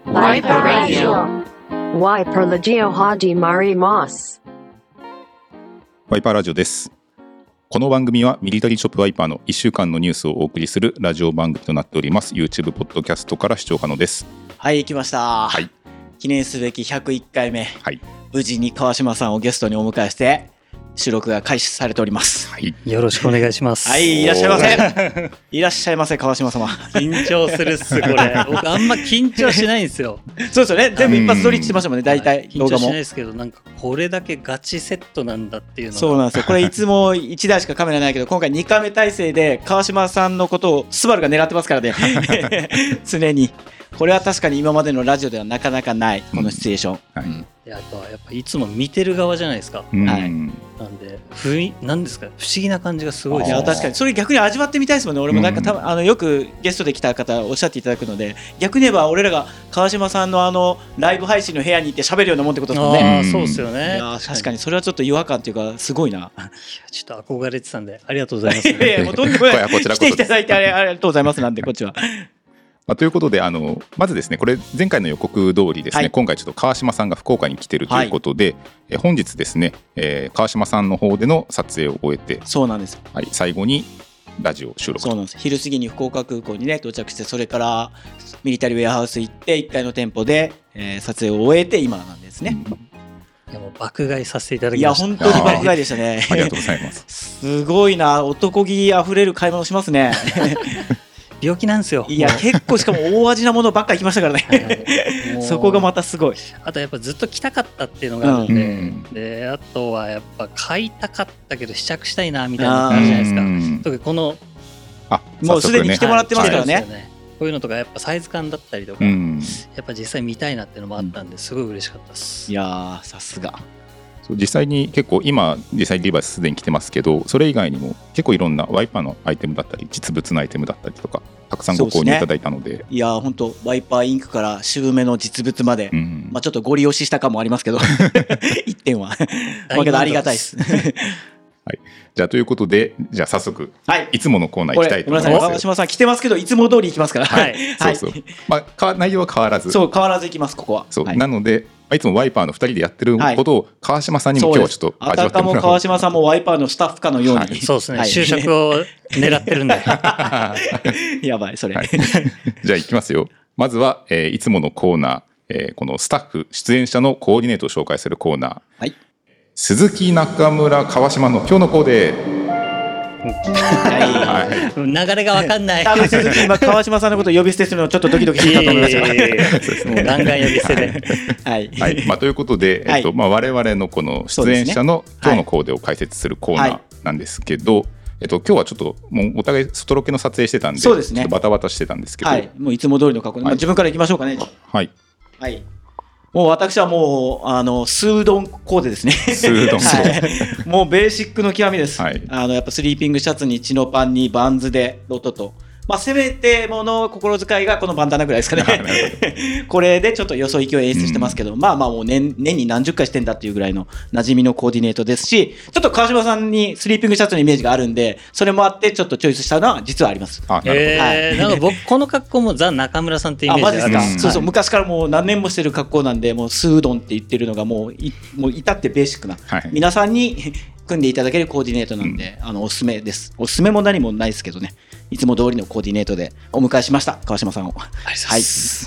Wiper Radio. Wiper Radio Hadi Marimas。 ワイパーラジオです。この番組はミリタリーショップワイパーの1週間のニュースをお送りするラジオ番組となっております。 YouTube ポッドキャストから視聴可能です。 はい、来ました、 はい、 記念すべき101回目、 はい、 無事に川島さんをゲストにお迎えして収録が開始されております、 はい、 よろしくお願いします。 はい、いらっしゃいませいらっしゃいませ川島様。 緊張するっすこれ。僕あんま緊張しないんですよ。 そうですよね、全部一発撮りしてましたもんね、大体動画も。 緊張しないですけど、なんかこれだけガチセットなんだっていうのが。 そうなんですよ、これいつも1台しかカメラないけど今回2カメ体制で川島さんのことをスバルが狙ってますからね常に。これは確かに今までのラジオではなかなかないこのシチュエーション、 はい、 であとはやっぱいつも見てる側じゃないですか、 はい、 なんでなんですか、不思議な感じがすごいです。 いや確かにそれ逆に味わってみたいですもんね。俺もなんかよくゲストで来た方おっしゃっていただくので、逆に言えば俺らが川島さんのライブ配信の部屋に行って喋るようなもんってことですもんね。 そうですよね。 いや確かにそれはちょっと違和感っていうかすごいな。いやちょっと憧れてたんでありがとうございます、 いやもうとんでもないこちらこそ来ていただいてありがとうございますなんでこっちはということでまずですね、これ前回の予告通りですね、 はい、 今回ちょっと川島さんが福岡に来てるということで、はい、本日ですね、川島さんの方での撮影を終えて、 そうなんです、 はい、最後にラジオ収録。 そうなんです。昼過ぎに福岡空港にね到着して、それからミリタリーウェアハウス行って1階の店舗で、撮影を終えて今なんですね、 いやもう爆買いさせていただきました。 いや本当に爆買いでしたねありがとうございますすごいな、男気あふれる買い物しますね病気なんですよ。 いや結構しかも大味なものばっかり来ましたからねそこがまたすごい。 あとやっぱずっと来たかったっていうのがあるんで、であとはやっぱ買いたかったけど試着したいなみたいなのがあるじゃないですか。特にこのもうすでに来てもらってますからね、 はい、こういうのとかやっぱサイズ感だったりとか、やっぱ実際見たいなっていうのもあったんですごい嬉しかったです。 いやさすが。 実際に結構今実際にリバイスすでに来てますけど、それ以外にも結構いろんなワイパーのアイテムだったり実物のアイテムだったりとかたくさんご購入いただいたの で、 いや本当ワイパーインクから渋めの実物まで、ちょっとご利用しした感もありますけど一点はだけどありがたいですはい、じゃあということで、じゃあ早速、 はい、 いつものコーナー行きたいと思います。 川島さん来てますけどいつも通り行きますから、はい、 そう、内容は変わらず、 そう変わらず行きますここは。 そう、なのでいつもワイパーの2人でやってることを川島さんにも今日はちょっと味わってもらおう。 あたかも川島さんもワイパーのスタッフかのように、 そうですね、就職を狙ってるんでやばいそれ、 じゃあ行きますよ。まずは、いつものコーナー、このスタッフ出演者のコーディネートを紹介するコーナー、はい、鈴木中村川島の今日のコーデ流れが分かんない。 多分鈴木今川島さんのことを呼び捨てするのちょっとドキドキしてたと思いますよ。 もうガンガン呼び捨てではいということで、我々のこの出演者の今日のコーデを解説するコーナーなんですけど、今日はちょっともうお互い外ロケの撮影してたんで、ちょっとバタバタしてたんですけど、 もういつも通りの格好で、自分からいきましょうかね。はいはい、もう私はもうスードンコーデですね。 スードン、 はい、もうベーシックの極みです、はい、やっぱスリーピングシャツにチノパンにバンズでロトと、せめてもの心遣いがこのバンダナぐらいですかねこれでちょっとよそ行きを演出してますけど、もう 年に何十回してんだっていうぐらいの馴染みのコーディネートですし、ちょっと川島さんにスリーピングシャツのイメージがあるんで、それもあってちょっとチョイスしたのは実はあります。 なんか僕この格好もザ中村さんってイメージある。 マジですか。そうそう、昔からもう何年もしてる格好なんで、もうスードンって言ってるのがもう至ってベーシックな、皆さんに組んでいただけるコーディネートなんで、おすすめです。おすすめも何もないですけどね、いつも通りのコーディネートでお迎えしました川島さんを。ありがとうございます。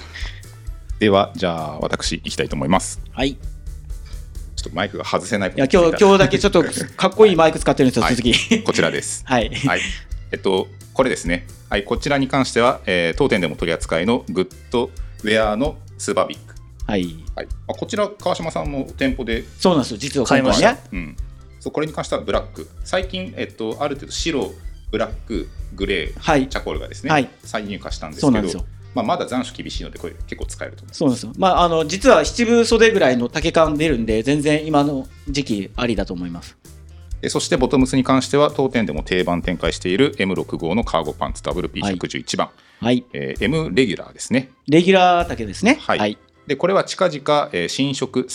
ではじゃあ私行きたいと思います。 はい。 ちょっとマイクが外せない。 いや今日だけちょっとかっこいいマイク使ってるんですよ、鈴木。 こちらです。 はい。 これですね。はい、こちらに関しては、当店でも取り扱いのグッドウェアのスーパービッグ。はい。こちら川島さんも店舗で。 そうなんですよ。実は買いました。 これに関してはブラック。最近ある程度白、ブラック、グレー、チャコールがですね、再入荷したんですけど、まだ残暑厳しいのでこれ結構使えると思います。 そうなんですよ。実は七分袖ぐらいの丈感出るんで、全然今の時期ありだと思います。 そしてボトムスに関しては当店でも定番展開している M65 のカーゴパンツ WP111 番、M レギュラーですね。 レギュラー丈ですね。はい。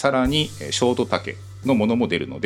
でこれは近々新色さらにショート丈のものも出るので、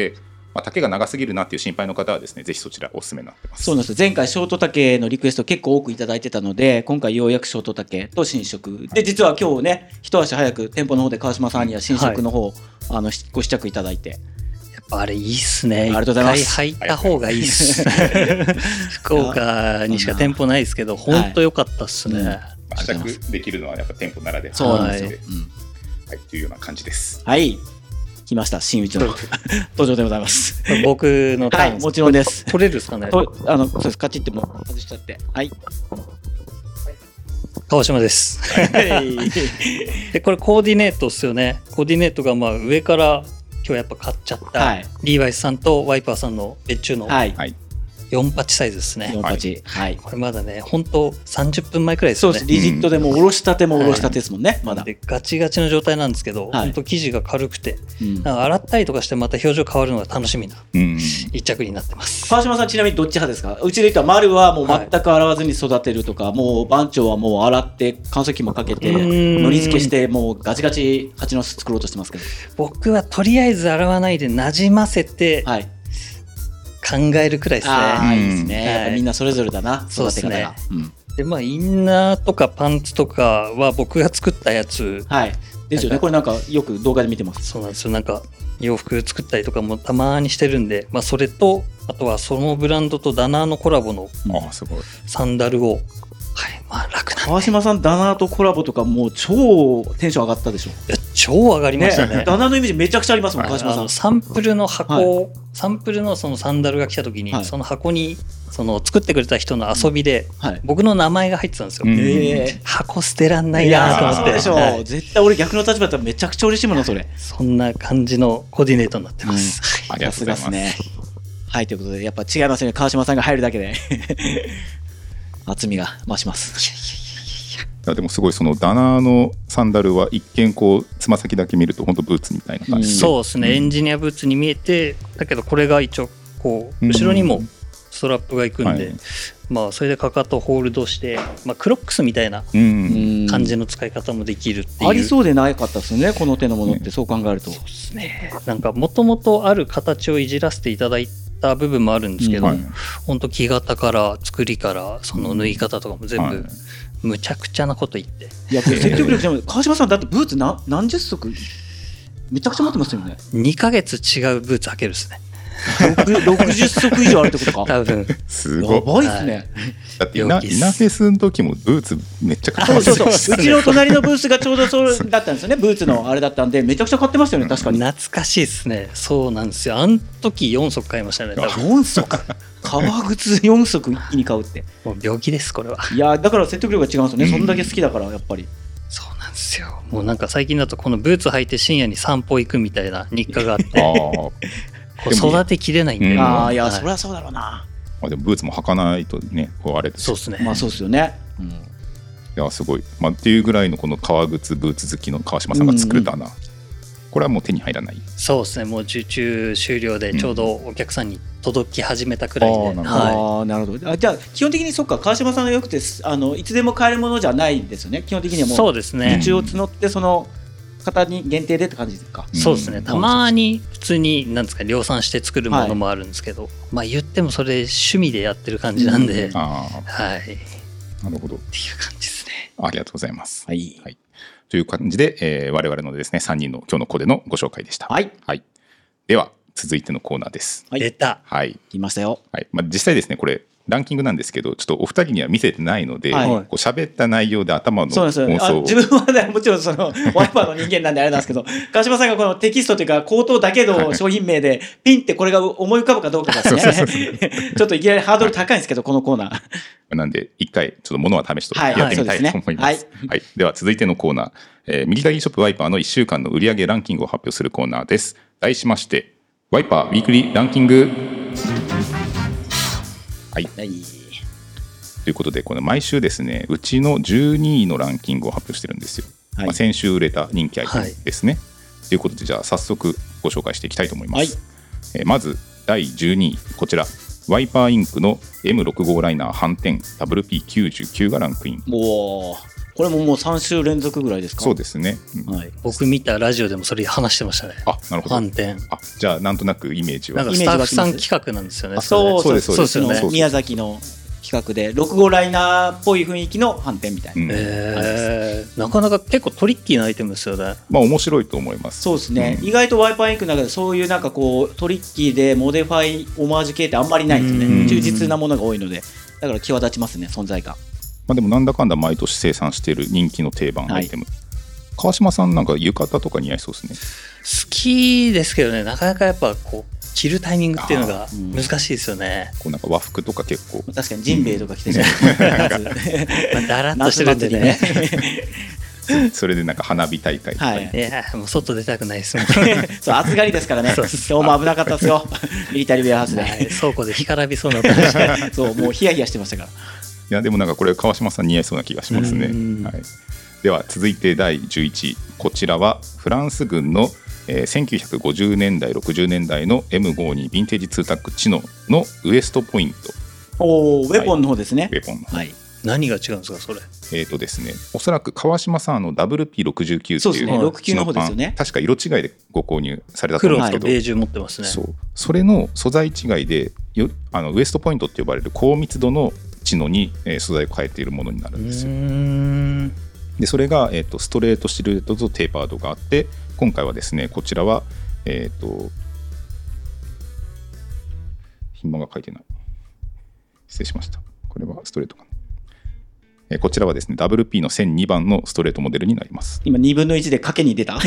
丈が長すぎるなっていう心配の方はですね、ぜひそちらおすすめになってます。 そうなんです。前回ショート丈のリクエスト結構多くいただいてたので、今回ようやくショート丈と新色で、実は今日ね、一足早く店舗の方で川島さんには新色の方、ご試着いただいて。 やっぱあれいいっすね。 ありがとうございます。 一回履いた方がいいっす。福岡にしか店舗ないですけど、本当良かったっすね。 試着できるのはやっぱ店舗ならでは。 そうなんですよ。 はい、というような感じです。 はい。来ました、新内の登場でございます。 僕のターン、 はい、もちろんです。 取れるですかね。 そうです、カチッても外しちゃって。はい。 川島です。で、これコーディネートですよね。コーディネートが上から今日やっぱ買っちゃった、はい、リーバイスさんとワイパーさんの別注の、はい、48サイズですね。 48、はい。 これまだね、本当30分前くらいですね。 そうです。リジットでもおろしたてもおろしたてですもんね、まだ。 で、ガチガチの状態なんですけど、本当生地が軽くて、なんか洗ったりとかしてまた表情変わるのが楽しみな一着になってます。 川島さん、ちなみにどっち派ですか？うちで言ったら丸はもう全く洗わずに育てるとか、もう番長はもう洗って乾燥機もかけて、のり付けして、もうガチガチ蜂の巣作ろうとしてますけど。 僕はとりあえず洗わないでなじませて、考えるくらいですね。 いいですね。やっぱみんなそれぞれだな、育て方が。 で、インナーとかパンツとかは僕が作ったやつ。 はい。ですよね。これなんかよく動画で見てます。 そうなんですよ。なんか洋服作ったりとかもたまにしてるんで、それとあとはそのブランドとダナーのコラボのサンダルを。はい、楽なんで。 川島さん、ダナーとコラボとかもう超テンション上がったでしょ。 いや、超上がりましたね。 ダナーのイメージめちゃくちゃありますもん、川島さん。 サンプルの箱、サンプルのそのサンダルが来た時に、その箱にその作ってくれた人の遊びで、僕の名前が入ってたんですよ。箱捨てらんないなと思って。 そうでしょ。絶対俺逆の立場だったらめちゃくちゃ嬉しいもの、それ。 そんな感じのコーディネートになってます。 ありがとうございますね。 はい、ということで、やっぱ違いますよね。川島さんが入るだけで厚みが増します。 でもすごいそのダナーのサンダルは一見こうつま先だけ見ると本当ブーツみたいな感じで、 そうですね、エンジニアブーツに見えて、だけどこれが一応こう後ろにもストラップがいくんで、それでかかとホールドして、クロックスみたいな感じの使い方もできるっていう。 ありそうでなかったですね、この手のものって。そう考えると、そうですね。なんかもともとある形をいじらせていただいた部分もあるんですけど、本当木型から作りからその縫い方とかも全部むちゃくちゃなこと言って。 いや、説得力じゃない。川島さんだってブーツ何十足めちゃくちゃ持ってますよね。 2ヶ月違うブーツ履けるですね。 60足以上あるってことか。 多分すごい。 やばいっすね。 だってイナフェスの時もブーツめっちゃ買ってました。そううちの隣のブースがちょうどそうだったんですよね。ブーツのあれだったんでめちゃくちゃ買ってましたよね。確かに懐かしいですね。そうなんですよ。あの時4足買いましたね。 4足革靴4足一気に買うって、 もう病気です、これは。 いやだから説得力が違うんですよね。そんだけ好きだからやっぱり。 そうなんですよ。もうなんか最近だとこのブーツ履いて深夜に散歩行くみたいな日課があって育てきれないんで。 いや、そりゃそうだろうな。 でもブーツも履かないとね、こうあれです。 そうですね。 そうですよね。 いやすごい、っていうぐらいのこの革靴ブーツ好きの川島さんが作るダナー、これはもう手に入らない。 そうですね。もう受注終了でちょうどお客さんに届き始めたくらいで。 なるほど。じゃあ基本的にそっか、川島さんのよくていつでも買えるものじゃないんですよね。基本的にはもうそうですね。 受注を募ってその方に限定でって感じですか。 そうですね。たまに普通になんですか量産して作るものもあるんですけど、言ってもそれ趣味でやってる感じなんで、はい。 なるほど。 っていう感じですね。 ありがとうございます。 はい。 という感じで、我々のですね3人の今日のコーデのご紹介でした。 はい。 では続いてのコーナーです。 出た。 はい。 来ましたよ。 はい。実際ですねこれランキングなんですけど、ちょっとお二人には見せてないので、こう喋った内容で頭の妄想を。 自分はね、もちろんそのワイパーの人間なんであれなんですけど、川島さんがこのテキストというか口頭だけの商品名でピンってこれが思い浮かぶかどうかですね。ちょっといきなりハードル高いんですけど、このコーナー。 なんで一回ちょっと物は試しとやってみたいと思います。では続いてのコーナー、ミリタリーショップワイパーの1週間の売上ランキングを発表するコーナーです。題しましてワイパーウィークリーランキング。はい。ということでこの毎週ですね、うちの12位のランキングを発表してるんですよ。先週売れた人気アイテムですね。ということでじゃあ早速ご紹介していきたいと思います。まず第12位こちら。ワイパーインクの M65 ライナー反転 WP99 がランクイン。 ここれももう3週連続ぐらいですか？ そうですね、 はい、僕見たラジオでもそれ話してましたね。 あ、なるほど。 反転。 じゃあなんとなくイメージは。 なんかスタッフさん企画なんですよね。 そうですよね。 宮崎の企画で6号ライナーっぽい雰囲気の反転みたいな、 なかなか結構トリッキーなアイテムですよね。 まあ面白いと思います。 そうですね、意外とワイパーインクの中でそういうなんかこうトリッキーでモディファイオマージュ系ってあんまりないんですよね。忠実なものが多いので、だから際立ちますね、存在感。 まあ、でもなんだかんだ毎年生産している人気の定番アイテム、川島さんなんか浴衣とか似合いそうですね。 好きですけどね、なかなかやっぱこう着るタイミングっていうのが難しいですよね。 こうなんか和服とか結構確かにジンベエとか着てる、 だらっとしてるんでねそれでなんか花火大会とか、 いやもう外出たくないですもんそう暑がりですからね。今日も危なかったですよミリタリーウェアハウスで、 倉庫で干からびそうになってましたそうもうヒヤヒヤしてましたから。いやでもなんかこれ川島さん似合いそうな気がしますね。はい、では続いて第11位、こちらはフランス軍の1950年代60年代の M52 ヴィンテージ2タックチノのウエストポイント。 ウェポンの方ですね。 ウェポンの方、 何が違うんですかそれ。 ですね、おそらく川島さんWP69 っていうそうですね、69の方ですよね。 確か色違いでご購入されたと思うんですけど、 黒とベージュ持ってますね。 それの素材違いでウエストポイントって呼ばれる高密度のチノに素材を変えているものになるんですよ。でそれが、ストレートシルエットとテーパードがあって、今回はですねこちらは紐が書いてない、失礼しました。これはストレートかな。こちらはですね WP の1002番のストレートモデルになります。 今2分の1で賭けに出た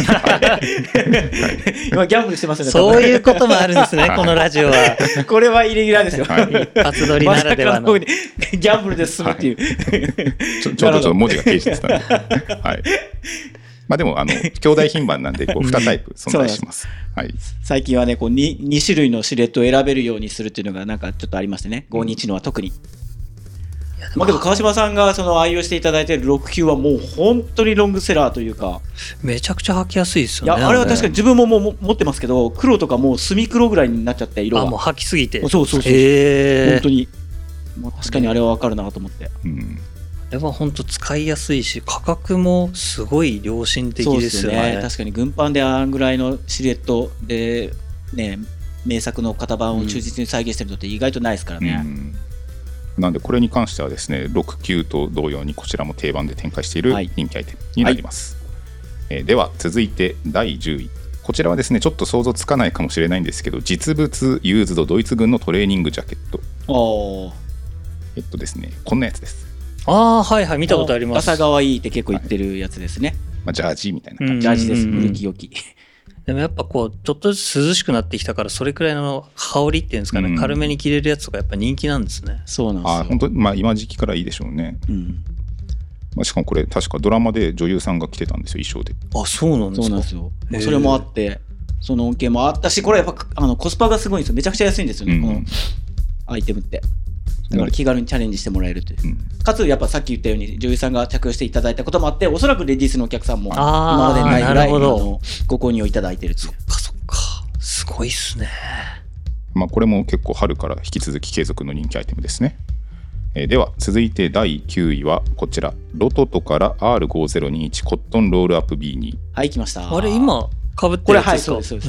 今ギャンブルしてますよね。 そういうこともあるんですねこのラジオは。 これはイレギュラーですよ。 初撮りならではのギャンブルで進むっていう、 ちょうど文字が掲示してたんで、はい、まあ、でも兄弟品番なんでこう2タイプ存在します。はい、 最近はねこう 2種類のシルエットを選べるようにするっていうのがなんかちょっとありましてね、52のは特に。まあ、けど川島さんがその愛用していただいている69はもう本当にロングセラーというか、 めちゃくちゃ履きやすいですよね。 いやあれは確かに自分ももう持ってますけど、黒とかもう墨黒ぐらいになっちゃって色がもう履きすぎて、 そう本当に、まあ、確かにあれは分かるなと思って、 あれは本当使いやすいし価格もすごい良心的ですよね。 そうですね、確かに軍パンであんぐらいのシルエットでね名作の型番を忠実に再現してるのって意外とないですからね。 なんでこれに関してはですね69と同様にこちらも定番で展開している人気アイテムになります。では続いて第10位、こちらはですねちょっと想像つかないかもしれないんですけど、実物ユーズドドイツ軍のトレーニングジャケット。ですねこんなやつです。 はいはい見たことあります。 朝がわいいって結構言ってるやつですね。 まあ、ジャージみたいな感じ。 ジャージです、古き良き。 でもやっぱこうちょっとずつ涼しくなってきたから、それくらいの羽織っていうんですかね、軽めに着れるやつとかやっぱ人気なんですね。 そうなんですよ。 本当、まあ、今時期からいいでしょうね。まあ、しかもこれ確かドラマで女優さんが着てたんですよ、衣装で。 そうなんですか。 そうなんですよ。それもあってその恩恵もあったし、これやっぱコスパがすごいんですよ。めちゃくちゃ安いんですよね、このアイテムって。だから気軽にチャレンジしてもらえるという、かつやっぱさっき言ったように女優さんが着用していただいたこともあって、おそらくレディースのお客さんも今までにないぐらいご購入をいただいているという。 そっかすごいっすね。 まあ、これも結構春から引き続き継続の人気アイテムですね。では続いて第9位はこちら、ロトトから R5021 コットンロールアップ B2。 はい、来ました。 あれ今かぶってるやつですか。 これ、はい、そうです。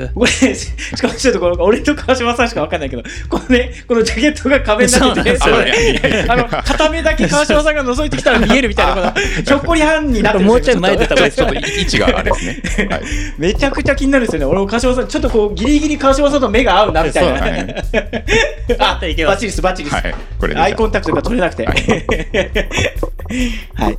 これしかもちょっとこの俺と川島さんしか分かんないけど、このジャケットが壁になってて、片目だけ川島さんが覗いてきたら見えるみたいな、ひょっこりはんになってるんですよ。 もうちょい前出た方がいいです。 ちょっと位置があれですね、はい、 めちゃくちゃ気になるんですよね。俺も川島さんちょっとこうギリギリ川島さんと目が合うなみたいな。バッチリですバッチリです、はい、これアイコンタクトが取れなくて、はい、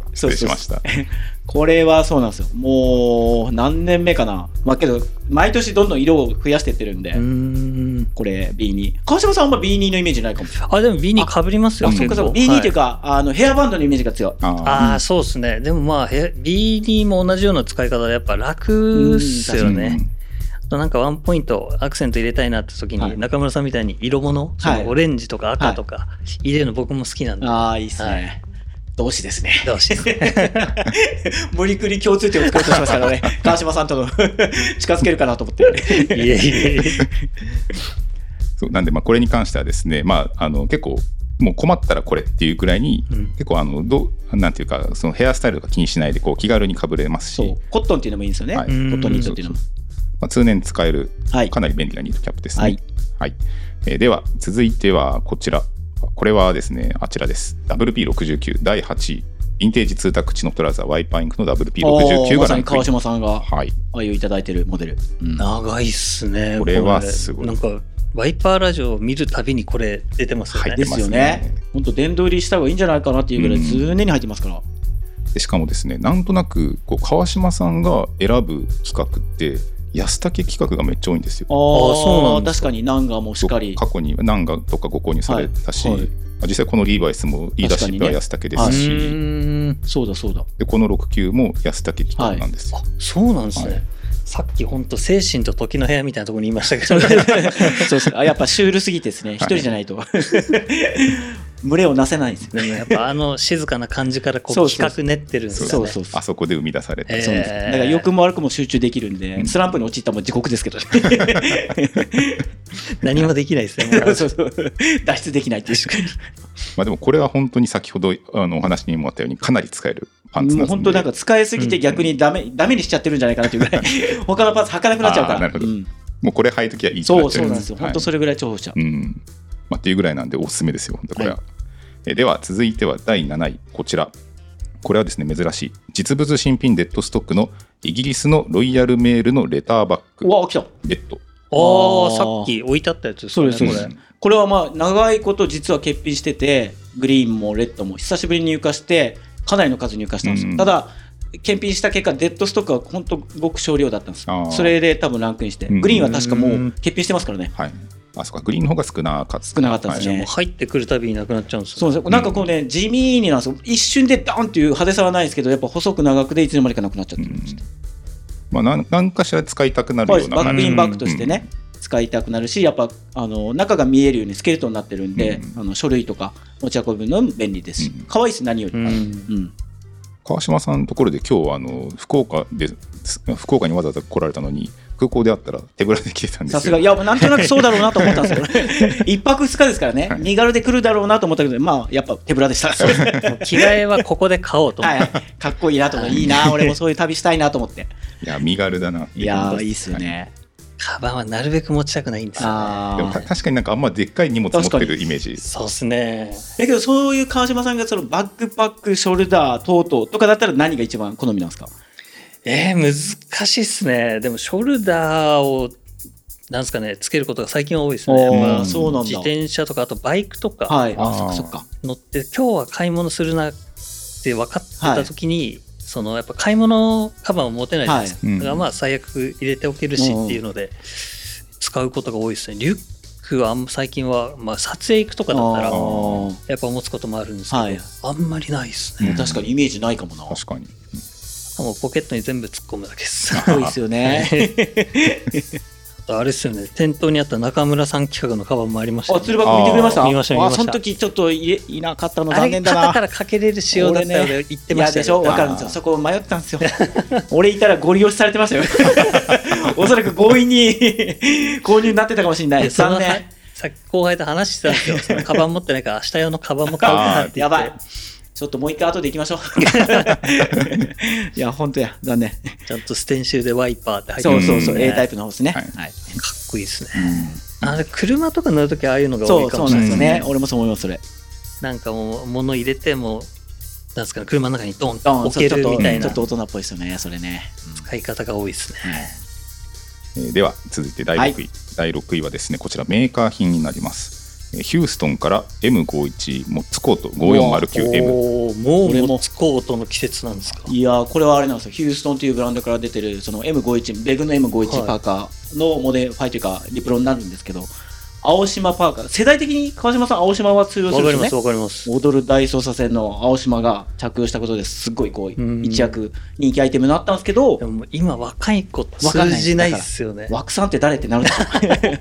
そうです。失礼しました。これはそうなんですよ。もう何年目かな。まあけど毎年どんどん色を増やしていってるんで。これ B2。川島さんあんま B2 のイメージないかも。 でも B2 被りますよ。 そうかそうか。B2 っていうか、ヘアバンドのイメージが強い。 そうですね。でもまあ B2 も同じような使い方でやっぱ楽っすよね。あとなんかワンポイントアクセント入れたいなって時に、中村さんみたいに色物、そのオレンジとか赤とか入れるの僕も好きなんで。 いいっすね。同志ですね。同志ですね。無理くり共通点を作ろうとしますからね。川島さんとの近づけるかなと思って。 そうなんで、まあこれに関してはですね、まあ結構もう困ったらこれっていうくらいに、結構なんていうかそのヘアスタイルとか気にしないでこう気軽に被れますし、 そうコットンっていうのもいいんですよね、コットンニットっていうのも通年使えるかなり便利なニットキャップですね。では続いてはこちら、これはですねあちらです。 WP69 第8位ヴィンテージツータックチノトラウザーワイパーインクの WP69 がランクイン。まさに川島さんが愛用いただいてるモデル、 長いっすね。 これはすごい。 なんかワイパーラジオを見るたびにこれ出てますよね。 ですよね。本当殿堂入りした方がいいんじゃないかなっていうぐらい常に入ってますから。 でしかもですね、なんとなくこう川島さんが選ぶ企画って安武企画がめっちゃ多いんですよ。 そうなんです。確かにナンガもしっかり過去にナンガとかご購入されたし、実際このリーバイスも言い出しっぺは安武ですし、 そうだそうだ。 でこの69も安武企画なんですよ。 そうなんですね。さっき本当精神と時の部屋みたいなところにいましたけどそうそう、やっぱシュールすぎてですね、一人じゃないと群れをなせないんですよね。 やっぱ静かな感じからこう企画練ってるんですよね。 あそこで生み出されて、 そうです。だから良くも悪くも集中できるんで、スランプに陥ったも地獄ですけどね何もできないですね。 そうそう脱出できないっていう。 でもこれは本当に先ほどお話にもあったようにかなり使えるパンツなんで、 本当なんか使いすぎて逆にダメにしちゃってるんじゃないかなっていうぐらい他のパンツ履かなくなっちゃうから。 なるほど、もうこれ履いときゃいいってなっちゃう。 そうなんですよ、本当それぐらい重宝しちゃう、 っていうぐらいなんでおすすめですよ本当これは。では続いては第7位、こちら。これはですね珍しい実物新品デッドストックのイギリスのロイヤルメールのレターバッグ。 うわ来た。 レッド。 さっき置いてあったやつですね。 そうです。これはまあ長いこと実は欠品してて、グリーンもレッドも久しぶりに入荷してかなりの数入荷したんですよ。ただ検品した結果デッドストックは本当ごく少量だったんです。それで多分ランクインして、グリーンは確かもう欠品してますからね。 そうか、グリーンの方が少なかったですね。 入ってくるたびになくなっちゃうんですよ。 そうです。なんかこうね、地味になんですよ。一瞬でダーンっていう派手さはないですけど、やっぱ細く長くでいつの間にかなくなっちゃってるんです。 何かしら使いたくなるようなバックインバックとしてね、使いたくなるし、やっぱ中が見えるようにスケルトンになってるんで、書類とか持ち運ぶのも便利ですし、可愛いです何より。 川島さんのところで今日福岡にわざわざ来られたのに空港であったら手ぶらで来てたんですよ。 さすが。いやなんとなくそうだろうなと思ったんですよ一泊2日ですからね、身軽で来るだろうなと思ったけど、やっぱ手ぶらでした着替えはここで買おうと思って、 かっこいいなと思って、いいな俺もそういう旅したいなと思って。 いや身軽だな。 いやいいっすよね。 カバンはなるべく持ちたくないんですよね。 でも確かになんかあんまでっかい荷物持ってるイメージ。 そうですね。 だけどそういう川島さんがそのバックパック、ショルダー、トートとかだったら何が一番好みなんですか？ 難しいっすね。でもショルダーをなんですかね、つけることが最近は多いですね。 そうなんだ。 自転車とかあとバイクとかそっか乗って今日は買い物するなって分かってた時に、やっぱ買い物カバンを持てないじゃないですか。だから最悪入れておけるしっていうので使うことが多いですね。リュックは最近は撮影行くとかだったらやっぱ持つこともあるんですけど、あんまりないですね。 確かにイメージないかもな。 確かに。 もうポケットに全部突っ込むだけです。 そうですよね。 あれですよね、店頭にあった中村さん企画のカバンもありました、ね。 鶴箱見てくれました？ 見ました。 その時ちょっといなかったの残念だな。 あれ肩からかけれる仕様だったので言ってましたよ。 分かるんですよ。そこ迷ったんですよ。俺いたらゴリ押しされてましたよ。おそらく強引に購入になってたかもしれない。残念。 さっき後輩と話してたんですよ。そのカバン持ってないから明日用のカバンも買うかなって言って。 やばい。ちょっともう一回後で行きましょう。いや本当や、残念。 ちゃんとステンシルでワイパーって入ってる。 そう A タイプの方ですね。かっこいいですね。車とか乗るときああいうのが多いかもしれないですね。 俺もそう思います。それなんかもう物入れてもなんですかね、車の中にドンと置けるみたいな。 ちょっと大人っぽいですよね、それね。 使い方が多いですね。では続いて第6位。第6位はですね、こちらメーカー品になります。ヒューストンから M51 モッツコート 5409M。 もうモッツコートの季節なんですか？ いやこれはあれなんですよ。ヒューストンというブランドから出てるその M51 ベグの M51 パーカーのモデルファイというかリプロになるんですけど、青島パーカー、世代的に川島さん青島は通用するんですね。 わかります。 踊る大捜査線の青島が着用したことですごいこう一躍人気アイテムになったんですけど、 でも今若い子通じないですよね。 枠さんって誰ってなるんですよ。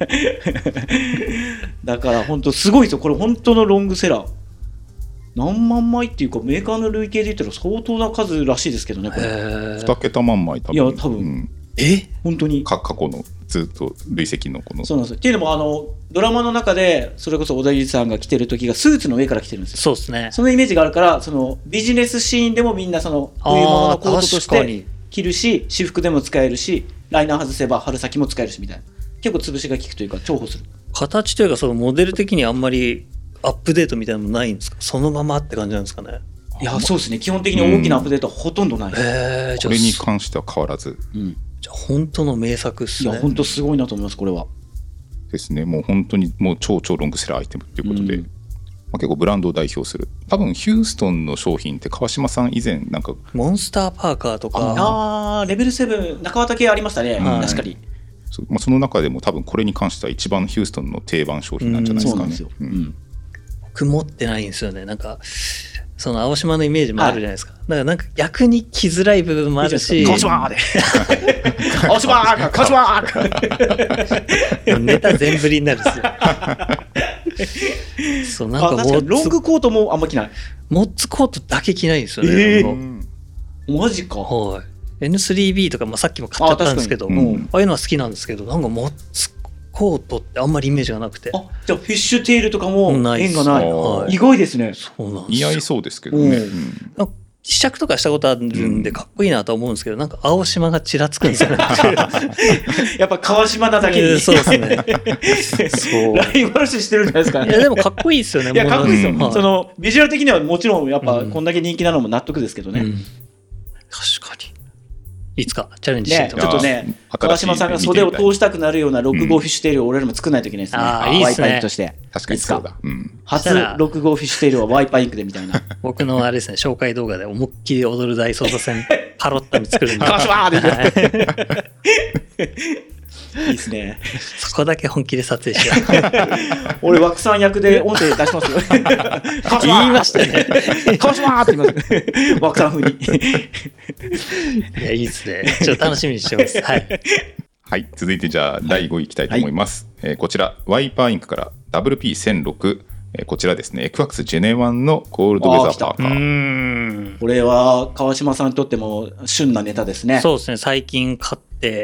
だから本当すごいですよ。これ本当のロングセラー。何万枚っていうかメーカーの累計で言ったら相当な数らしいですけどね。これ 2桁万枚多分。 いや多分、 本当に過去のずっと累積のこの。 そうなんですよ。っていうのもドラマの中でそれこそ小田切さんが着てる時がスーツの上から着てるんですよ。 そうですね。 そのイメージがあるから、そのビジネスシーンでもみんなその冬物のコートとして着るし、私服でも使えるし、ライナー外せば春先も使えるしみたいな、結構潰しが効くというか重宝する形というか、そのモデル的にあんまりアップデートみたいなのもないんですか？そのままって感じなんですかね。 いや、そうですね。基本的に大きなアップデートはほとんどないです。 これに関しては変わらず、 じゃあ本当の名作っすね。 いや、本当すごいなと思います。これはですね。もう本当にもう超ロングセラーアイテムということで、結構ブランドを代表する。多分ヒューストンの商品って川島さん以前なんかモンスターパーカーとか、 レベル7中綿系ありましたね。確かに。 その中でも多分これに関しては一番ヒューストンの定番商品なんじゃないですかね。そうなんですよ。 僕持ってないんですよね。なんかその青島のイメージもあるじゃないですか。だからなんか逆に着づらい部分もあるし。 川島で川島川島ネタ全振りになるんですよ。そう、なんかロングコートもあんま着ない。 モッツコートだけ着ないんですよね。 マジか。 はい。N3B とか、さっきも買っちゃったんですけど、ああいうのは好きなんですけど、なんかモッツコートってあんまりイメージがなくて。 じゃあフィッシュテールとかも縁がない。意外ですね。 そうなんです。 似合いそうですけどね。 試着とかしたことあるんでかっこいいなと思うんですけど、なんか青島がちらつくんですよね。 やっぱ川島なだけに。 そうですね。 そう。ライバル視してるんじゃないですかね。 いやでもかっこいいですよね。 いやかっこいいですよ。そのビジュアル的にはもちろんやっぱこんだけ人気なのも納得ですけどね。 確かに。いつかチャレンジしてちょっとね、川島さんが袖を通したくなるような6号フィッシュテールを俺らも作らないといけないですね。ワイパーインクとして。 確かにそうだ。 初6号フィッシュテールはワイパーインクでみたいな。 僕のあれですね、紹介動画で思いっきり踊る大捜査線パロッタに作るんで。 川島ーいいですね。 そこだけ本気で撮影しよう。 俺枠さん役で音声出しますよ。 言いましたね。 川島って言います。枠さん風に。 いや、いいですね。ちょっと楽しみにしてます。はい。 はい、続いてじゃあ第5位いきたいと思います。こちらワイパーインクから WP1006、こちらですね、エクワックスジェネワンのコールドウェザーパーカー。 これは川島さんにとっても旬なネタですね。 そうですね。最近買って、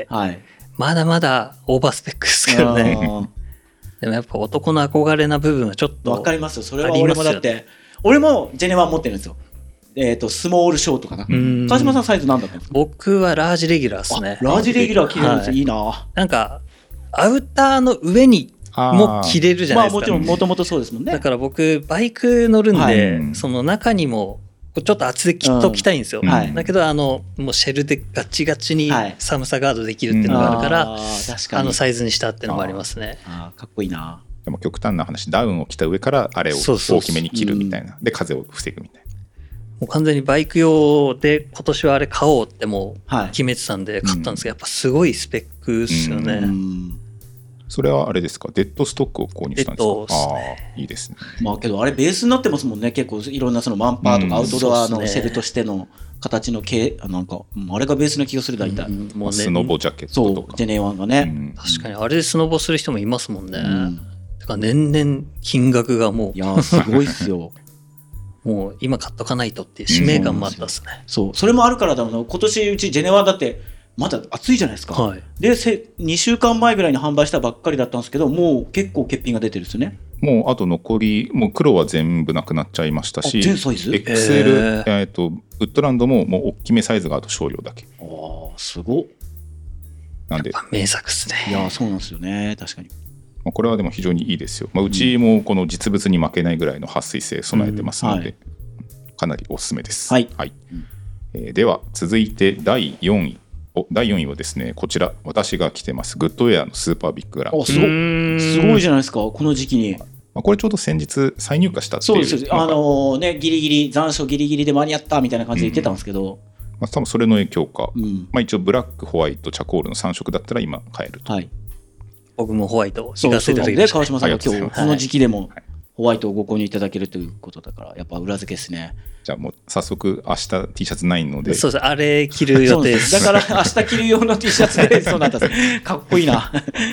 まだまだオーバースペックですけどね。でもやっぱ男の憧れな部分はちょっとわかりますよ。それは俺もだって俺もジェネワン持ってるんですよ。スモールショートかな。川島さんサイズ何だったんですか？ 僕はラージレギュラーですね。 ラージレギュラー着れるんですよ。いいな。 なんかアウターの上にも着れるじゃないですか。 もちろんもともとそうですもんね。 だから僕バイク乗るんで、その中にもちょっと厚できっと着たいんですよ。だけどもうシェルでガチガチに寒さガードできるっていうのがあるから、サイズにしたっていうのもありますね。 かっこいいな。 でも極端な話、ダウンを着た上からあれを大きめに着るみたいな。で風を防ぐみたいな。 もう完全にバイク用で今年はあれ買おうってもう決めてたんで買ったんですけど、やっぱすごいスペックですよね。 それはあれですか、デッドストックを購入したんですか？ デッドですね。 いいですね。 まあけどあれベースになってますもんね。結構いろんなそのマンパーとかアウトドアのシェルとしての形のなんかあれがベースな気がする大体。 もうスノボジャケットとか。 そうジェネワンがね。 確かにあれでスノボする人もいますもんね。だから年々金額がもういやすごいっすよ。 もう今買っとかないとっていう使命感もあったですね。 そうそれもあるからだろうな。今年うちジェネワンだってまだ暑いじゃないですか。で2週間前ぐらいに販売したばっかりだったんですけど、もう結構欠品が出てるんですよね。 もうあと残りもう黒は全部なくなっちゃいましたし、 全サイズ XL、ウッドランドももう大きめサイズがあと少量だけ。 すごっ。 なんで名作っすね。 いやそうなんですよね。確かに。 これはでも非常にいいですよ。うちもこの実物に負けないぐらいの撥水性備えてますので、かなりおすすめです。では続いて第4位。第4位はですね、こちら私が着てますグッドウェアのスーパービッグラン。 すごいじゃないですか、この時期に。 これちょうど先日再入荷したっていう。 そうです。ギリギリ残暑ギリギリで間に合ったみたいな感じで言ってたんですけど、 多分それの影響か、一応ブラックホワイトチャコールの3色だったら今買えると。 僕もホワイトを行かせていただきました。川島さんが今日この時期でもホワイトをご購入いただけるということだから、やっぱ裏付けですね。 じゃあもう早速明日 T シャツないので。 そうです。あれ着る予定です。 だから明日着る用の T シャツでそうなったんです。かっこいいな。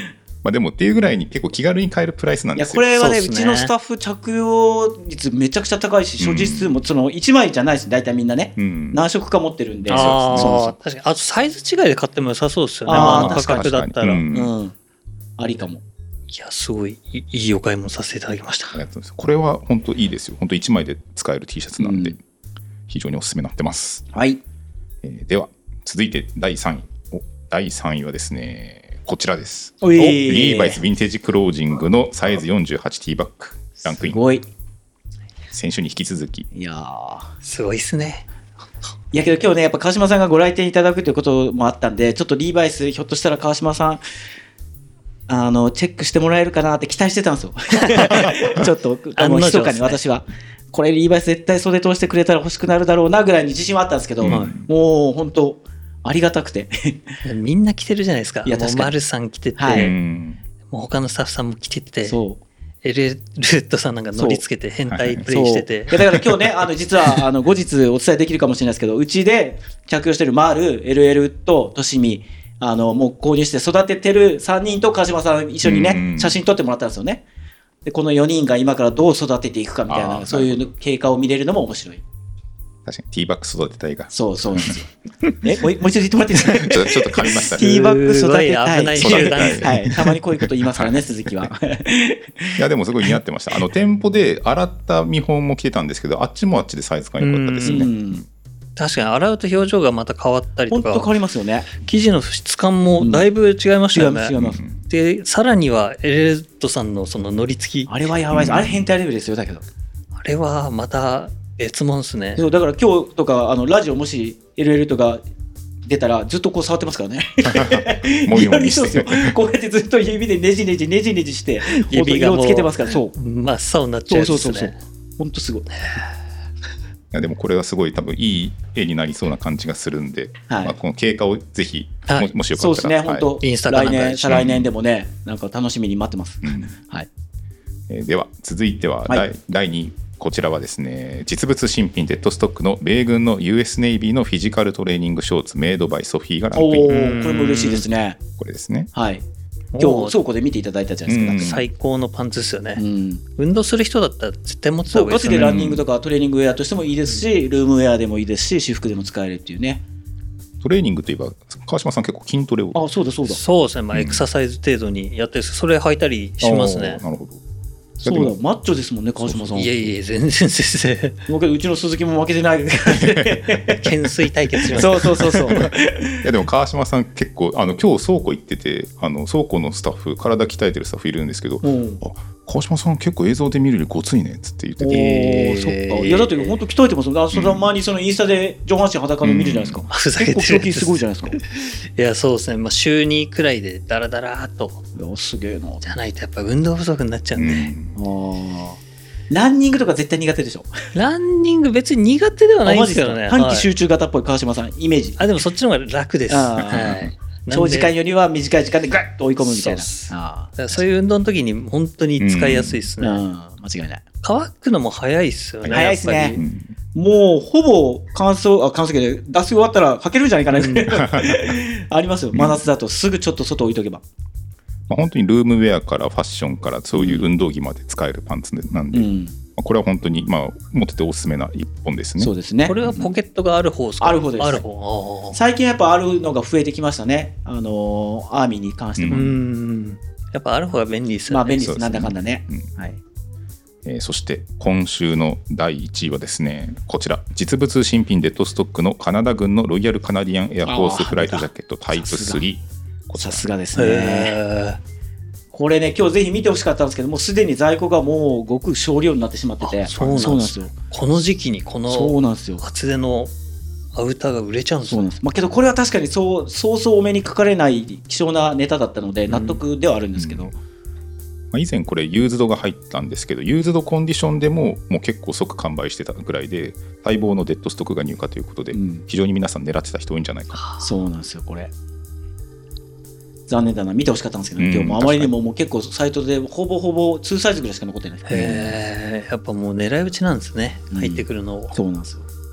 まあでもっていうぐらいに結構気軽に買えるプライスなんですよ。 いやこれはね、うちのスタッフ着用率めちゃくちゃ高いし、所持数もその1枚じゃないです、大体みんなね、何色か持ってるんで。 確かに。あとサイズ違いで買っても良さそうですよね、価格だったら。 ありかも。 いや、すごいいいお買い物させていただきました。 ありがとうございます。これは本当いいですよ。本当1枚で使える T シャツなんで、非常におすすめになってます。 はい。 では続いて第3位。第3位はですね、こちらです。 リーバイスヴィンテージクロージングのサイズ 48T バッグランクイン。 すごい。 先週に引き続き。 いやすごいっすね。 いやけど今日ね、やっぱ川島さんがご来店いただくということもあったんで、ちょっとリーバイスひょっとしたら川島さんチェックしてもらえるかなって期待してたんですよ。ちょっと密かに私はこれリーバイス絶対袖通してくれたら欲しくなるだろうなぐらいに自信はあったんですけど、もう本当ありがたくてみんな来てるじゃないですか。 いや確かに丸さん来てて、もう他のスタッフさんも来てて、 そうエレルートさんなんか乗りつけて変態プレイしてて、 だから今日ね実は後日お伝えできるかもしれないですけど、うちで着用してる丸、LL ととしみもう購入して育ててる3人と川島さん一緒にね写真撮ってもらったんですよね。でこの4人が今からどう育てていくかみたいな、そういう経過を見れるのも面白い。 確かにティーバッグ育てたいが。 そうなんですよ。もう一度言ってもらっていいですか。 ちょっと噛みましたね。 ティーバッグ育てたい。 危ない集団ですね。 はい、たまにこういうこと言いますからね、鈴木は。 いやでもすごい似合ってました。店舗で洗った見本も着てたんですけど、あっちもあっちでサイズ感良かったですね。 確かに洗うと表情がまた変わったりとか、 本当変わりますよね。 生地の質感もだいぶ違いましたよね。 違います。 でさらにはエレットさんのその乗り付き、 あれはやばいです。あれ変態レベルですよ。だけどあれはまた別物ですね。 そうだから今日とかラジオもし LL とか出たらずっとこう触ってますからね。 もみもみしてこうやってずっと指でねじねじして指がもう色をつけてますから。そう真っ青になっちゃうんですね。 本当すごい。 いやでもこれはすごい多分いい絵になりそうな感じがするんで、この経過をぜひ、もしよかったら、 そうですね、本当、 インスタかなんか来年再来年でもね、なんか楽しみに待ってます。 では続いては第2位、こちらはですね、実物新品デッドストックの米軍の US ネイビーのフィジカルトレーニングショーツメイドバイソフィーがランクイン。 これも嬉しいですね。 これですね。 はい。今日倉庫で見ていただいたじゃないですか。 最高のパンツですよね。運動する人だったら絶対持ってた方がいいですよね。 ガチでランニングとかトレーニングウェアとしてもいいですし、ルームウェアでもいいですし、私服でも使えるっていうね。 トレーニングといえば川島さん結構筋トレを。 そうだそうですね。エクササイズ程度にやってる、それ履いたりしますね。 なるほど。 そうだ、マッチョですもんね、川島さん。 いや全然うちの鈴木も負けてない。 懸垂対決します。 そう。 いやでも川島さん結構今日倉庫行ってて、倉庫のスタッフ、体鍛えてるスタッフいるんですけど、川島さん結構映像で見るよりごついねっつって言ってて。 そっか。いやだって本当鍛えてますもん。その前にそのインスタで上半身裸の見るじゃないですか。結構胸筋すごいじゃないですか。 いやそうですね。週2くらいでダラダラーっと。 すげえな。 じゃないとやっぱ運動不足になっちゃうんで。 ランニングとか絶対苦手でしょ。 ランニング別に苦手ではないんですけどね。 短期集中型っぽい川島さんイメージ。 でもそっちの方が楽です。 長時間よりは短い時間でガッと追い込むみたいな。 そういう運動の時に本当に使いやすいですね。 間違いない。 乾くのも早いっすよね。 早いっすね。もうほぼ乾燥機で脱水終わったら履けるんじゃないかなありますよ。真夏だとすぐちょっと外置いとけば。 本当にルームウェアからファッションからそういう運動着まで使えるパンツなんで、これは本当に持ってておすすめな一本ですね。 そうですね。 これはポケットがある方ですか？ ある方です。最近やっぱあるのが増えてきましたね。アーミーに関しても。 やっぱある方が便利ですよね。 便利です。なんだかんだね。 そして今週の第1位はですね、こちら実物新品デッドストックのカナダ軍のロイヤルカナディアンエアフォースフライトジャケットタイプ3。 さすがですね。これね、今日ぜひ見てほしかったんですけど、もうすでに在庫がもうごく少量になってしまってて。 そうなんですよ。この時期にこの厚手のアウターが売れちゃうんですよ。 けどこれは確かにそうお目にかかれない希少なネタだったので納得ではあるんですけど、 以前これユーズドが入ったんですけど、ユーズドコンディションでもう結構即完売してたぐらいで、待望のデッドストックが入荷ということで、非常に皆さん狙ってた人多いんじゃないか。 そうなんですよ。これ残念だな。見てほしかったんですけど、今日もあまりにももう結構サイトでほぼ2サイズぐらいしか残ってない。 やっぱもう狙い撃ちなんですね、入ってくるのを。 い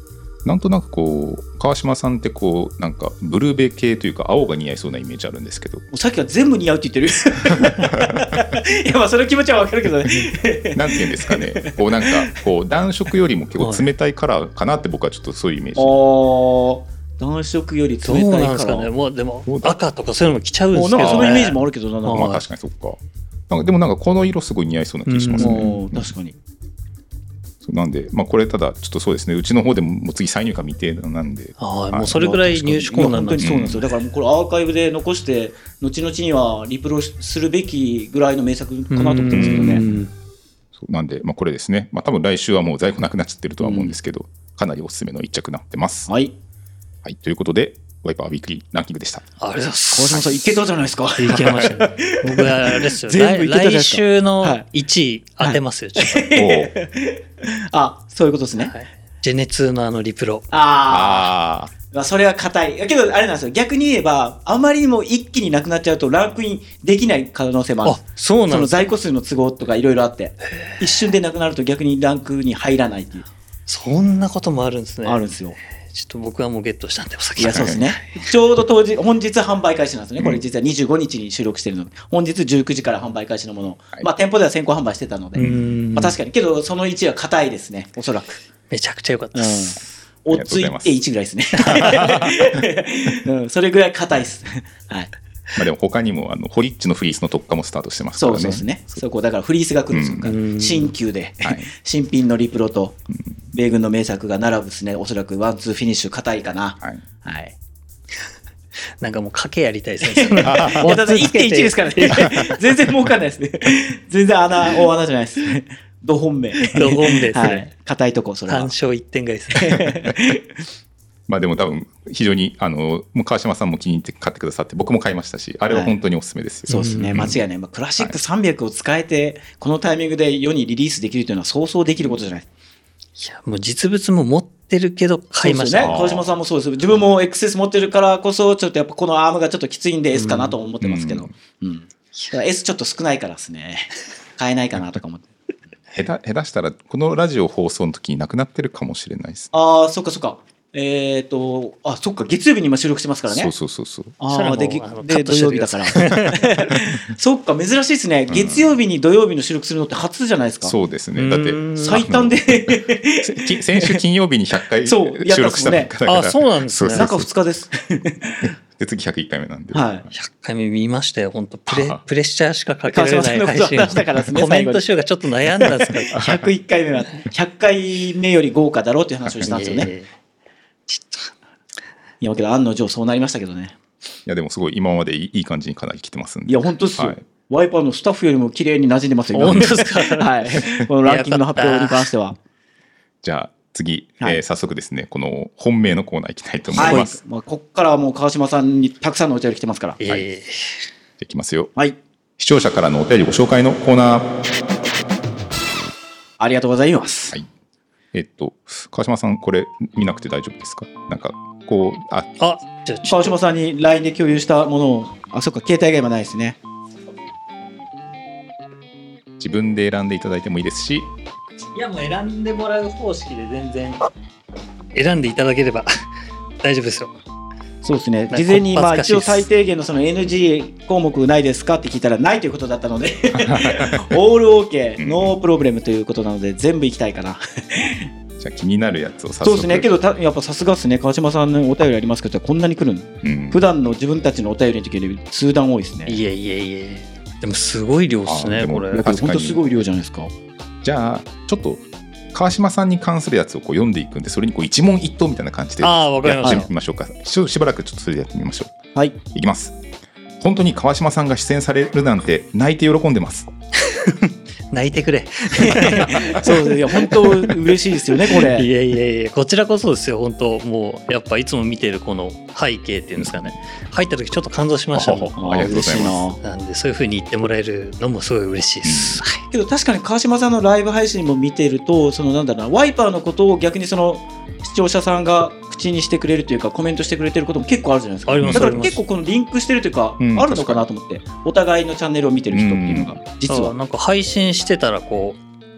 なんとなくこう川島さんってこうなんかブルベ系というか青が似合いそうなイメージあるんですけど、 さっきから全部似合うって言ってるいやまあその気持ちは分かるけどねなんていうんですかね、こうなんかこう暖色よりも結構冷たいカラーかなって僕はちょっとそういうイメージ。 暖色より冷たいどうなんですかね。もうでも赤とかそういうのも着ちゃうんですけど、ね、 なんかそのイメージもあるけどな。 まあ確かにそっか。なんかでもなんかこの色すごい似合いそうな気がしますね。 確かに。 なんで、まあ、これただちょっとそうですね、うちの方でも次再入荷未定なんで、 もうそれぐらい入手困難なんです。 そうなんですよ。だからもうこれアーカイブで残して後々にはリプロするべきぐらいの名作かなと思ってますけどね。 そうなんで、まあ、これですね、まあ、多分来週はもう在庫なくなっちゃってるとは思うんですけど、かなりおすすめの一着になってます。 はい、 はい、ということでワイパーウィークリーランキングでした。 ありがとうございます。 川島さんいけたじゃないですか。 いけましたね。僕はあれですよ。来週の1位当てますよ。ちょっとそういうことですね。 ジェネ2のリプロ。 それは硬い。けどあれなんですよ。逆に言えばあまりにも一気になくなっちゃうとランクインできない可能性もある。 そうなんです。 その在庫数の都合とかいろいろあって、一瞬でなくなると逆にランクに入らないっていう。 そんなこともあるんですね。 あるんですよ。 ちょっと僕はもうゲットしたんでお先に。いやそうですね。ちょうど本日販売開始なんですね。これ実は25日に収録してるので、本日19時から販売開始のものを、まあ店舗では先行販売してたので、まあ確かにけどその1は硬いですね。おそらく。 めちゃくちゃ良かったです。 おついて1ぐらいですね。それぐらい硬いです。はい。 まあでも他にもホリッチのフリースの特化もスタートしてますからね。 そうですね。そこだからフリースが来るんですよ。新旧で新品のリプロと米軍の名作が並ぶですね。おそらくワンツーフィニッシュ硬いかな。はい。 なんかもう賭けやりたいですね。 いやだって 1.1 ですからね。全然儲かんないですね。全然大穴じゃないです。ド本命ですね。硬いとこそれは。 単勝1点ぐらいですね。 まあでも多分非常にもう川島さんも気に入って買ってくださって僕も買いましたし、あれは本当におすすめですよ。 そうですね、間違いない。クラシック300を使えてこのタイミングで世にリリースできるというのはそうそうできることじゃない。 いやもう実物も持ってるけど買いましたね。 川島さんもそうです。自分も XS 持ってるからこそちょっとやっぱこのアームがちょっときついんで S かなと思ってますけど、だから S ちょっと少ないからですね、買えないかなとか思って。 下手したらこのラジオ放送の時になくなってるかもしれないです。 そっかそっか。そっか、月曜日に今収録してますからね。 そう。 で、土曜日だから。そっか、珍しいですね。月曜日に土曜日の収録するのって初じゃないですか。 そうですね。だって、 最短で。 先週金曜日に100回収録したばっかだから。 そうなんですね。 中2日です。 で、次101回目なんで。 100回目見ましたよ、本当プレッシャーしかかけられない配信。コメント集がちょっと悩んだんですけど。 101回目は、100回目より豪華だろうっていう話をしたんですよね。いやけど案の定そうなりましたけどね。 いやでもすごい今までいい感じにかなり来てますんで。 いや本当ですよ。ワイパーのスタッフよりも綺麗に馴染んでますよ。 本当ですか。 はい。このランキングの発表に関しては。 じゃあ次、早速ですねこの本命のコーナー行きたいと思います。 ここからはもう川島さんにたくさんのお便り来てますから。 いきますよ。 はい。 視聴者からのお便りご紹介のコーナー。 ありがとうございます。 はい。川島さんこれ見なくて大丈夫ですか？なんかこうじゃあ川島さんに LINE で共有したものをそっか携帯が今ないですね。 自分で選んでいただいてもいいですし、 いやもう選んでもらう方式で全然選んでいただければ大丈夫ですよ。 そうですね。事前に一応最低限のその NG 項目ないですかって聞いたらないということだったのでオール OK ノープロブレムということなので全部いきたいかなじゃあ気になるやつを早速。 そうですね。けどやっぱさすがですね。川島さんのお便りありますけどこんなに来るの、普段の自分たちのお便りの時より数段多いですね。 いえでもすごい量ですねこれ。 本当すごい量じゃないですか。 じゃあちょっと川島さんに関するやつをこう読んでいくんで、それにこう一問一答みたいな感じでやってみましょうか。しばらくちょっとそれでやってみましょう。はい。 いきます。本当に川島さんが出演されるなんて泣いて喜んでます。 泣いてくれ。 そういや本当嬉しいですよねこれ。 いやこちらこそですよ本当。もうやっぱいつも見てるこの背景っていうんですかね。入った時ちょっと感動しましたもん。 ありがとうございます。 なんでそういう風に言ってもらえるのもすごい嬉しいです。 けど確かに川島さんのライブ配信も見てるとそのなんだろうなワイパーのことを逆にその視聴者さんが口にしてくれるというかコメントしてくれてることも結構あるじゃないですか。 ありますだから結構このリンクしてるというか、あるのかなと思ってお互いのチャンネルを見てる人っていうのが実はなんか配信してたらこう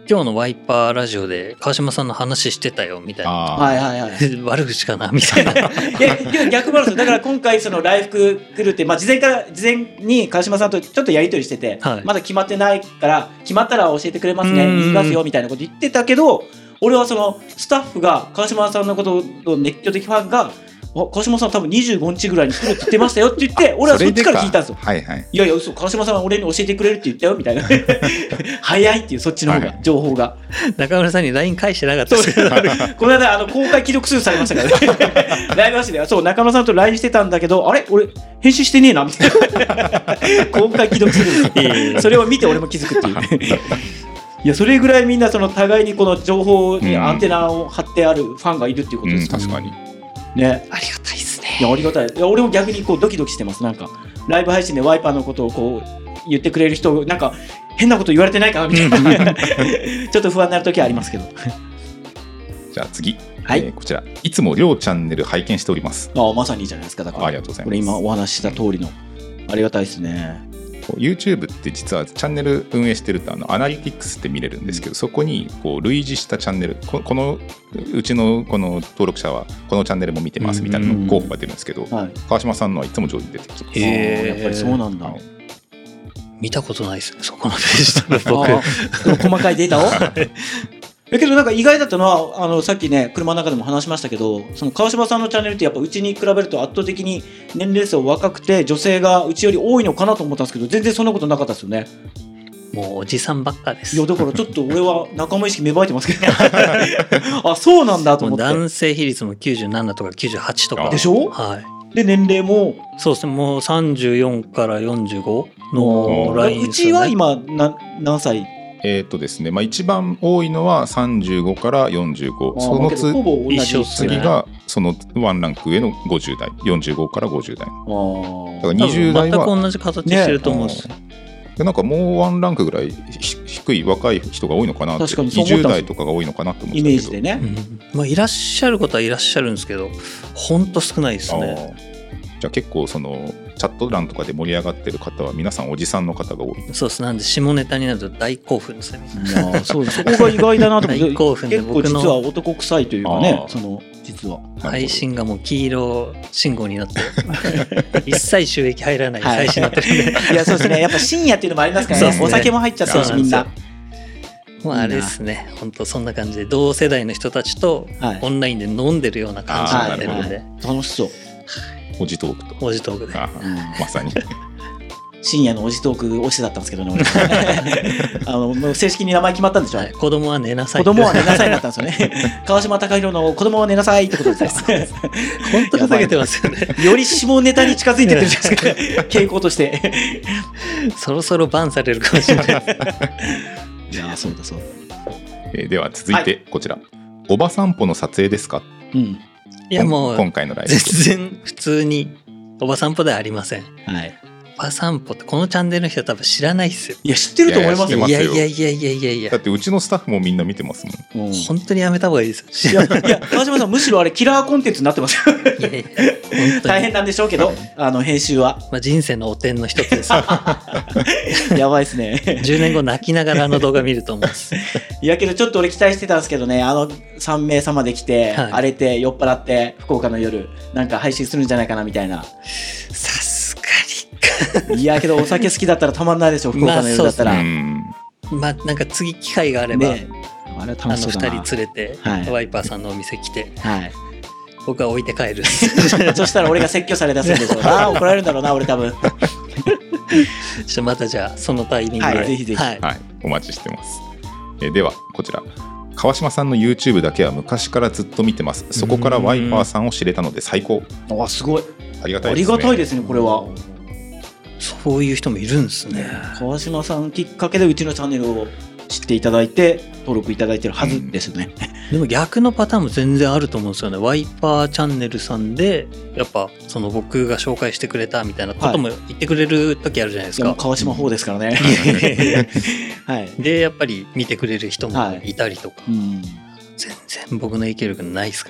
今日のワイパーラジオで川島さんの話してたよみたいな、 はいはいはい、 悪口かなみたいな。いや逆もあるんですよ。だから今回その来福来るって、まあ、事前に川島さんとちょっとやり取りしてて、はい、まだ決まってないから決まったら教えてくれますね、言いますよみたいなこと言ってたけど、俺はそのスタッフが川島さんのことの熱狂的ファンが川島さん多分25日ぐらいに来るって言ってましたよって言って俺はそっちから聞いたんですよ。 はいはい、 いやいや嘘、川島さんは俺に教えてくれるって言ったよみたいな早いっていう、そっちの方が、はい、情報が中村さんに LINE 返してなかったですこの間公開既読数されましたからねライブ配信でそう中村さんと LINE してたんだけど、あれ俺返信してねえなみたいな公開既読するんですよそれを見て俺も気づくっていういやそれぐらいみんなその互いにこの情報にアンテナを張ってあるファンがいるっていうことです、 確かにね、 ありがたいですね。 いやありがたい。いや俺も逆にこうドキドキしてます。なんかライブ配信でワイパーのことをこう言ってくれる人、なんか変なこと言われてないかなみたいなちょっと不安になる時はありますけどじゃあ次、 はい、 こちらいつも両チャンネル拝見しております。 まさにいいじゃないですか。だからありがとうございます。 これ今お話しした通りのありがたいですね。 YouTube って実はチャンネル運営してるとアナリティクスって見れるんですけど、そこにこう類似したチャンネル、このうちのこの登録者はこのチャンネルも見てますみたいなの候補が出るんですけど、はい、川島さんのはいつも上位に出てきます。 やっぱりそうなんだ、 見たことないですねそこのページとか僕細かいデータをだけどなんか意外だったのはさっきね車の中でも話しましたけど、その川島さんのチャンネルってやっぱうちに比べると圧倒的に年齢層若くて女性がうちより多いのかなと思ったんですけど、全然そんなことなかったですよね。 もうおじさんばっかです。 いやだからちょっと俺は仲間意識芽生えてますけどあそうなんだと思って。 男性比率も97とか98とかでしょ。 はい。 で年齢もそうですね、もう34から45のラインですよね。 うちは今何歳ですね、一番多いのは35から45、その次がそのワンランク上の50代、45から50代。だから20代は全く同じ形してると思うんです。 なんかもうワンランクぐらい低い若い人が多いのかなって、20代とかが多いのかなと思ってたけど、 イメージでね、 いらっしゃることはいらっしゃるんですけど、ほんと少ないですね。 じゃあ結構そのチャット欄とかで盛り上がってる方は皆さんおじさんの方が多い。 そうです。なんで下ネタになると大興奮ですね。 そうそこが意外だなと思って。 大興奮で僕の結構実は男臭いというかね、その実は配信がもう黄色信号になって一切収益入らない配信になってるんで、 いやそうですね。やっぱ深夜っていうのもありますからね。お酒も入っちゃってるしみんな。 もうあれですね、本当そんな感じで同世代の人たちとオンラインで飲んでるような感じになってるんで、 楽しそう。 おじトークと。 おじトークで。 まさに。 深夜のおじトーク推しだったんですけどね、もう正式に名前決まったんでしょ、はい、 子供は寝なさい。 子供は寝なさいになったんですよね。川島貴弘の子供は寝なさいってことです。 本当ふざけてますよね。 より下ネタに近づいてってるじゃないですか、傾向として。 そろそろバンされるかもしれない。 いやそうだそうだ。では続いてこちら、はい、おば散歩の撮影ですか。 いやもう今回のライブ全然普通におば散歩ではありません。 はい。 おば散歩ってこのチャンネルの人は多分知らないっすよ。 いや知ってると思いますよ。 いやだってうちのスタッフもみんな見てますもん。 本当にやめた方がいいですよ。いや川島さんむしろあれキラーコンテンツになってますよ。大変なんでしょうけど編集は、 人生の汚点の一つです。 やばいですね。 10年後泣きながら動画見ると思うんです。 いやけどちょっと俺期待してたんですけどね、3名様で来て、荒れて酔っ払って福岡の夜なんか配信するんじゃないかなみたいな。 さすがにいやけどお酒好きだったらたまんないでしょ、福岡の夜だったら。 なんか次機会があれば、 ね、あれ楽しそうだな。 2人連れて、ワイパーさんのお店来て、僕は置いて帰る。 そしたら俺が説教され出すんでしょ。怒られるんだろうな俺多分。 またじゃあそのタイミングで、 ぜひぜひ、 お待ちしてます。ではこちら、川島さんの YouTube だけは昔からずっと見てます。そこからワイパーさんを知れたので最高。 すごいありがたいですね。 ありがたいですね。これはそういう人もいるんですね。 川島さんきっかけでうちのチャンネルを知っていただいて登録いただいてるはずですね。 でも逆のパターンも全然あると思うんですよね。ワイパーチャンネルさんでやっぱその僕が紹介してくれたみたいなことも言ってくれる時あるじゃないですか。 川島4ですからね。 でやっぱり見てくれる人もいたりとか、全然僕の影響力ないですから。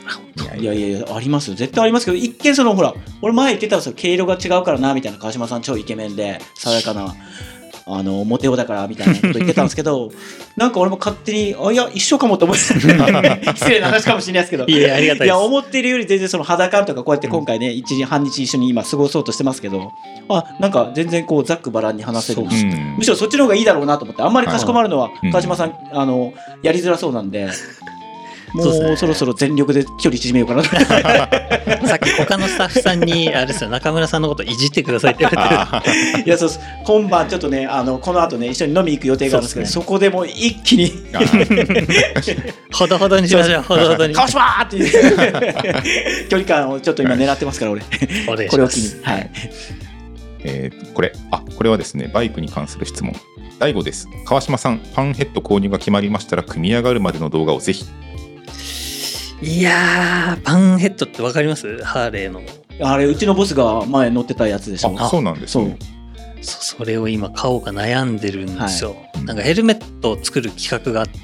いやありますよ、絶対ありますけど、一見そのほら俺前言ってたんですよ、毛色が違うからなみたいな。川島さん超イケメンで爽やかなモテ男だからみたいなこと言ってたんですけどなんか俺も勝手にいや一緒かもと思って失礼な話かもしれないですけどいやありがたいです。いや思っているより全然その肌感とかこうやって今回ね半日一緒に今過ごそうとしてますけどなんか全然こうざっくばらんに話せるし、むしろそっちの方がいいだろうなと思ってあんまりかしこまるのは川島さんやりづらそうなんで。もうそろそろ全力で距離縮めようかなさっき他のスタッフさんにあれですよ中村さんのこといじってくださいって言われてるいやそうです今晩ちょっとねこの後ね一緒に飲みに行く予定があるんですけど そこでもう一気にほどほどにしましょうほどほどに川島ーっていう距離感をちょっと今狙ってますから俺これを機にはいこれはですねバイクに関する質問第5です。川島さんパンヘッド購入が決まりましたら組み上がるまでの動画をぜひ。 いやーパンヘッドって分かります？ハーレーのあれうちのボスが前乗ってたやつでしょ。 そうなんですね。 それを今買おうか悩んでるんですよ、なんかヘルメットを作る企画があって、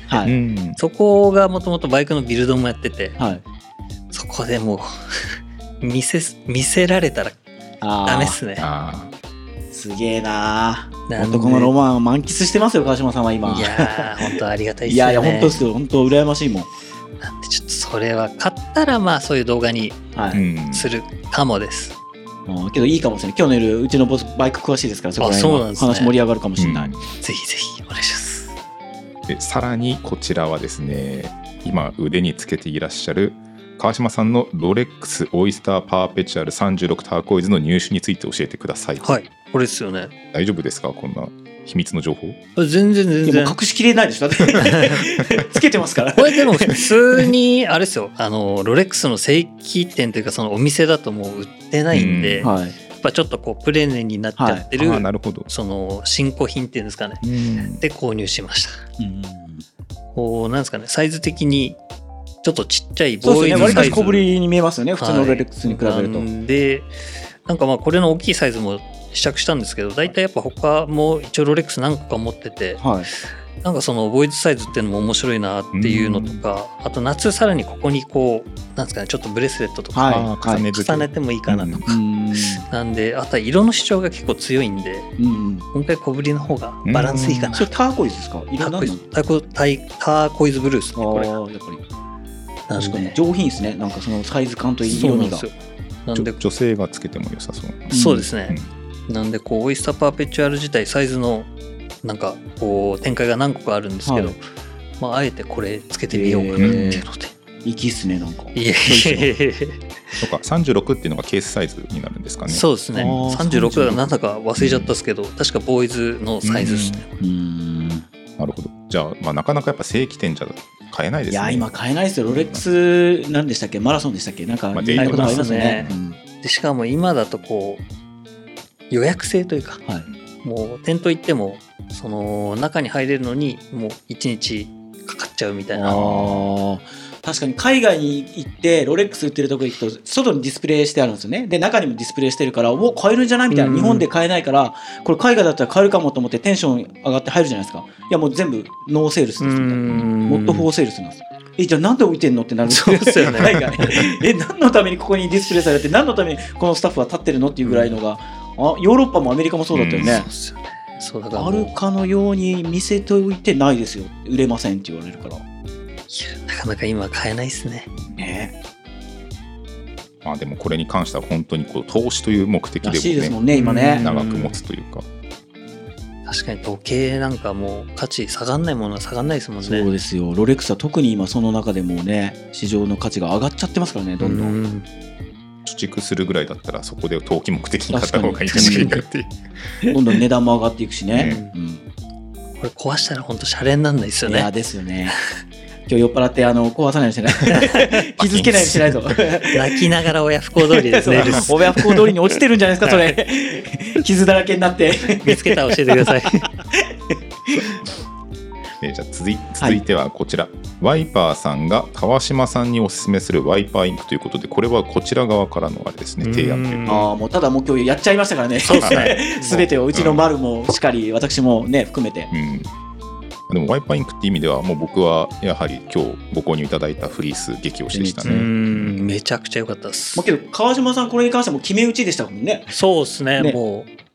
そこがもともとバイクのビルドもやってて、そこでもう見せられたらダメっすね。 すげえな男のロマンを満喫してますよ川島さんは今。 いやー本当ありがたいですね。 いや本当ですよ本当羨ましいもん。 なんでちょっとそれは買ったらまあそういう動画にするかもです、 けどいいかもしれない。今日の夜うちのボスバイク詳しいですからそこら辺は話盛り上がるかもしれない、 ぜひぜひお願いします。 でさらにこちらはですね今腕につけていらっしゃる川島さんのロレックスオイスターパーペチュアル36ターコイズの入手について教えてください。 はいこれですよね。 大丈夫ですかこんな秘密の情報。 全然もう隠しきれないでしょだってつけてますからこれでも普通にあれですよロレックスの正規店というかそのお店だともう売ってないんで、やっぱちょっとこうプレネになっちゃってる、 なるほどその新古品っていうんですかね、で購入しました。こうなんですかねサイズ的にちょっとちっちゃいボーイズサイズ、そうですね、割かし小ぶりに見えますよね普通のロレックスに比べると。なんでなんかまあこれの大きいサイズも試着したんですけど大体やっぱ他も一応ロレックス何個か持ってて、なんかそのボーイズサイズっていうのも面白いなっていうのとか、あと夏さらにここにこうなんですかねちょっとブレスレットとか重ねてもいいかなとか、なんであとは色の主張が結構強いんで、今回小ぶりの方がバランスいいかな。 それターコイズですか？色何の？ ターコイズブルーですねこれ。 やっぱり確かに上品ですね。なんかそのサイズ感と色味が。 なんで女性がつけても良さそう。 そうですね、なんでこうオイスターパーペチュアル自体サイズのなんかこう展開が何個かあるんですけど、まああえてこれつけてみようかなっていうので、 粋っすねなんか。 いやとか36っていうのがケースサイズになるんですかね。 そうですね。36が何だか忘れちゃったんですけど、確かボーイズのサイズですね。 なるほど。じゃあまあなかなかやっぱ正規店じゃ買えないですね。 いや今買えないですよ。ロレックス何でしたっけ、マラソンでしたっけ、なんかまあいろいろことありますね。 でしかも今だとこう予約制というか、もう店頭行ってもその中に入れるのにもう1日かかっちゃうみたいな。 確かに海外に行ってロレックス売ってるとこ行くと外にディスプレイしてあるんですよね。で中にもディスプレイしてるからもう買えるんじゃないみたいな、日本で買えないからこれ海外だったら買えるかもと思ってテンション上がって入るじゃないですか。いやもう全部ノーセールスですみたいな、モットフォーセールスなんです。じゃあなんで置いてんのってなるんですよ。そうですよね。何のためにここにディスプレイされて何のためにこのスタッフは立ってるのっていうぐらいのが、ヨーロッパもアメリカもそうだったよね。そうですよね。そうだからあるかのように見せておいてないですよ、売れませんって言われるから。 なかなか今買えないですね。 まあでもこれに関しては本当にこう投資という目的でもね、 らしいですもんね今ね、 長く持つというか。 確かに時計なんかもう価値下がんないものは下がんないですもんね。 そうですよ。ロレックスは特に今その中でもね市場の価値が上がっちゃってますからね、どんどん。 貯蓄するぐらいだったらそこで投機目的に買った方がいいんじゃないかっていう。 どんどん値段も上がっていくしね。 これ壊したら本当シャレになんないですよね。 いやですよね。今日酔っ払って壊さないようにしない傷つけないようにしないと。 泣きながら親不孝通りですね。 親不孝通りに落ちてるんじゃないですかそれ。傷だらけになって見つけたら教えてください。 じゃあ続いてはこちら、ワイパーさんが川島さんにおすすめするワイパーインクということで、これはこちら側からのあれですね、提案というか。 もうただもう今日やっちゃいましたからね。そうですね。全てをうちの丸もしっかり私もね含めて。 でもワイパーインクって意味ではもう僕はやはり今日ご購入いただいたフリース激推しでしたね。 めちゃくちゃ良かったです。 けど川島さんこれに関してはもう決め打ちでしたもんね。 そうですね。もう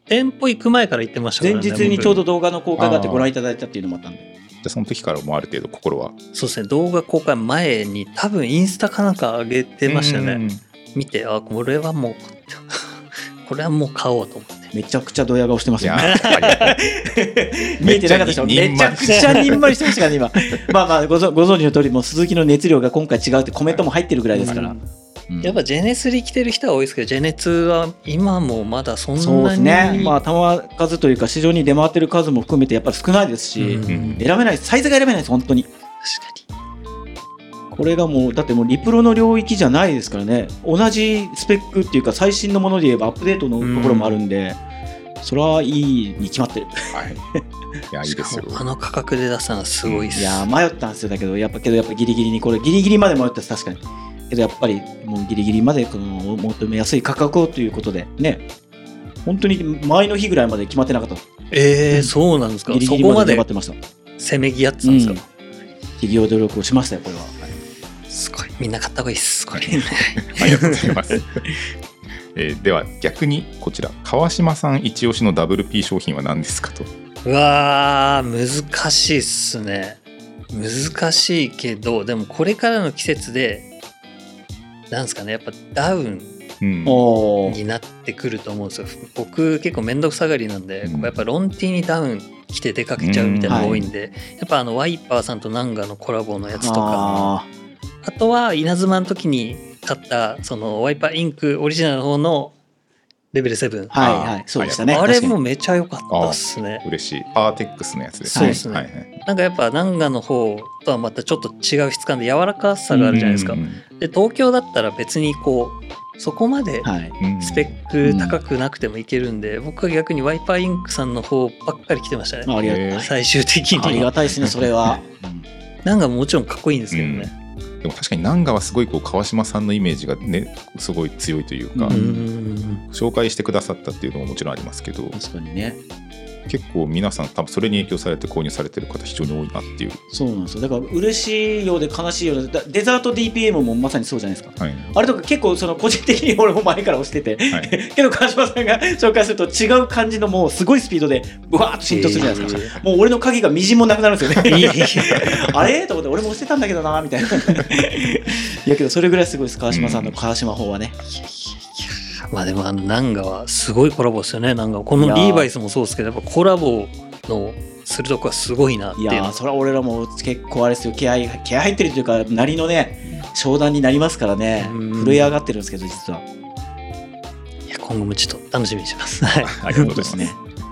店舗行く前から言ってましたからね。 前日にちょうど動画の公開があってご覧いただいたっていうのもあったんで。 じゃあその時からもうある程度心は。 そうですね、動画公開前に多分インスタかなんか上げてましたよね。見て、あ、これはもうこれはもう買おうと思って。 めちゃくちゃドヤ顔してますよね。見えてなかったでしょ。めちゃくちゃにんまりしてましたからね今。まあまあご存知の通り、もう鈴木の熱量が今回違うってコメントも入ってるぐらいですから。 やっぱジェネ3来てる人は多いですけど、ジェネ2は今もまだそんなに。 そうですね。まあ球数というか市場に出回ってる数も含めてやっぱり少ないですし、選べない、サイズが選べないです本当に。 確かに。 これがもうだってもうリプロの領域じゃないですからね。同じスペックっていうか最新のもので言えばアップデートのところもあるんで、それはいいに決まってる。 はい。いやいいですよ。 あの価格で出したのはすごいっす。 いや迷ったんですよ。だけどやっぱギリギリにこれギリギリまで迷ったです確かに。けどやっぱりもうギリギリまでこの求めやすい価格をということでね。本当に前の日ぐらいまで決まってなかった。 そうなんですか。 ギリギリまで粘ってました。 せめぎ合ってたんですか。 企業努力をしましたよこれは。 すごい。みんな買った方がいいです。これ。 ありがとうございます。では逆にこちら川島さん一押しの WP 商品は何ですかと。 うわー難しいっすね。難しいけどでもこれからの季節でなんですかね、やっぱダウンになってくると思うんですよ。僕結構面倒くさがりなんで、やっぱロンティーにダウン着て出かけちゃうみたいなのが多いんで、やっぱワイパーさんとナンガのコラボのやつとか、あとは稲妻の時に買ったそのワイパーインクオリジナルの方のレベル7、 はいはい、そうでしたね。 あれもめちゃ良かったっすね。 嬉しい。アーテックスのやつですね。そうですね。はいはい、なんかやっぱナンガの方とはまたちょっと違う質感で柔らかさがあるじゃないですか。で東京だったら別にこうそこまでスペック高くなくてもいけるんで、僕は逆にワイパーインクさんの方ばっかり来てましたね。 ありがたい。 最終的に。 ありがたいですねそれは。 ナンガももちろんかっこいいんですけどね。 でも確かにナンガはすごいこう川島さんのイメージがねすごい強いというか、紹介してくださったっていうのももちろんありますけど、 確かにね。 結構皆さん多分それに影響されて購入されてる方非常に多いなっていう。 そうなんですよ。だから嬉しいようで悲しいようで、デザート DPM もまさにそうじゃないですか、はい、あれとか結構その個人的に俺も前から推してて、はい、けど川島さんが紹介すると違う感じのもうすごいスピードでブワーッと浸透するじゃないですか、もう俺の鍵がみじんもなくなるんですよねあれと思って俺も押してたんだけどなみたいないやけどそれぐらいすごいです川島さんの川島法はね。 まあでもナンガはすごいコラボですよね。ナンガこのリーバイスもそうですけど、やっぱコラボのするとこはすごいなっていう。 いやそれは俺らも結構あれですよ、気合入ってるというかなりのね商談になりますからね、震え上がってるんですけど実は。 いや今後もちょっと楽しみにします。 はい、ありがとうございます。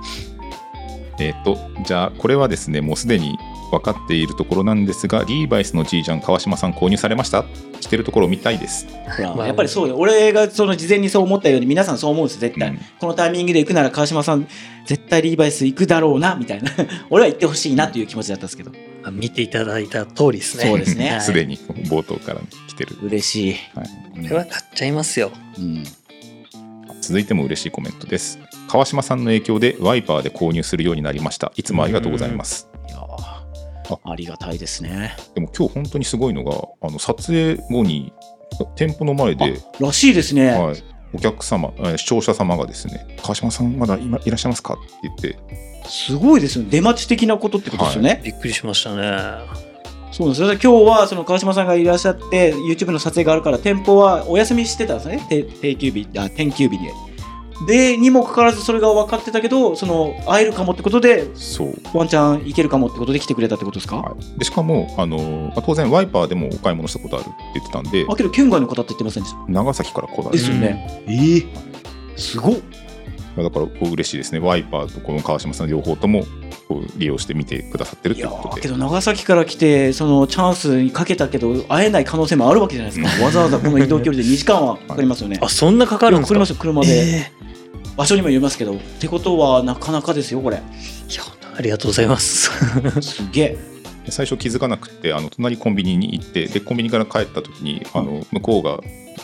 じゃあこれはですねもうすでに分かっているところなんですが、リーバイスのジージャン川島さん購入されました？着てるところを見たいです。 やっぱりそうよ。俺がその事前にそう思ったように皆さんそう思うんです絶対、このタイミングで行くなら川島さん絶対リーバイス行くだろうなみたいな俺は行ってほしいなという気持ちだったんですけど、 見ていただいた通りですね。 そうですね。 すでに冒頭から来てる。 嬉しい、 はい、これは買っちゃいますよ、 続いても嬉しいコメントです。川島さんの影響でワイパーで購入するようになりました。いつもありがとうございます。 いやありがたいですね。 でも今日本当にすごいのが撮影後に店舗の前でらしいですね、 はい、お客様視聴者様がですね川島さんまだ今いらっしゃいますかって言って、 すごいですよね。出待ち的なことってことですよね、 びっくりしましたね。 そうですよ。今日はその川島さんがいらっしゃって YouTube の撮影があるから店舗はお休みしてたんですね。定休日でにもかかわらずそれが分かってたけど、その会えるかもってことでワンチャン行けるかもってことで来てくれたってことですか？ はい、でしかも当然ワイパーでもお買い物したことあるって言ってたんで、 けど県外の方って言ってませんでした？ 長崎から来られるですよね。すごっ。 だから嬉しいですね。ワイパーとこの川島さん両方とも利用して見てくださってるってことで。 けど長崎から来てそのチャンスにかけたけど会えない可能性もあるわけじゃないですか。わざわざこの移動距離で2時間はかかりますよね。 あ、そんなかかるんですか？ かかりますよ車で、場所にもよりますけど、ってことはなかなかですよこれ。いやありがとうございますすげえ。 最初気づかなくて隣コンビニに行って、でコンビニから帰った時に向こうが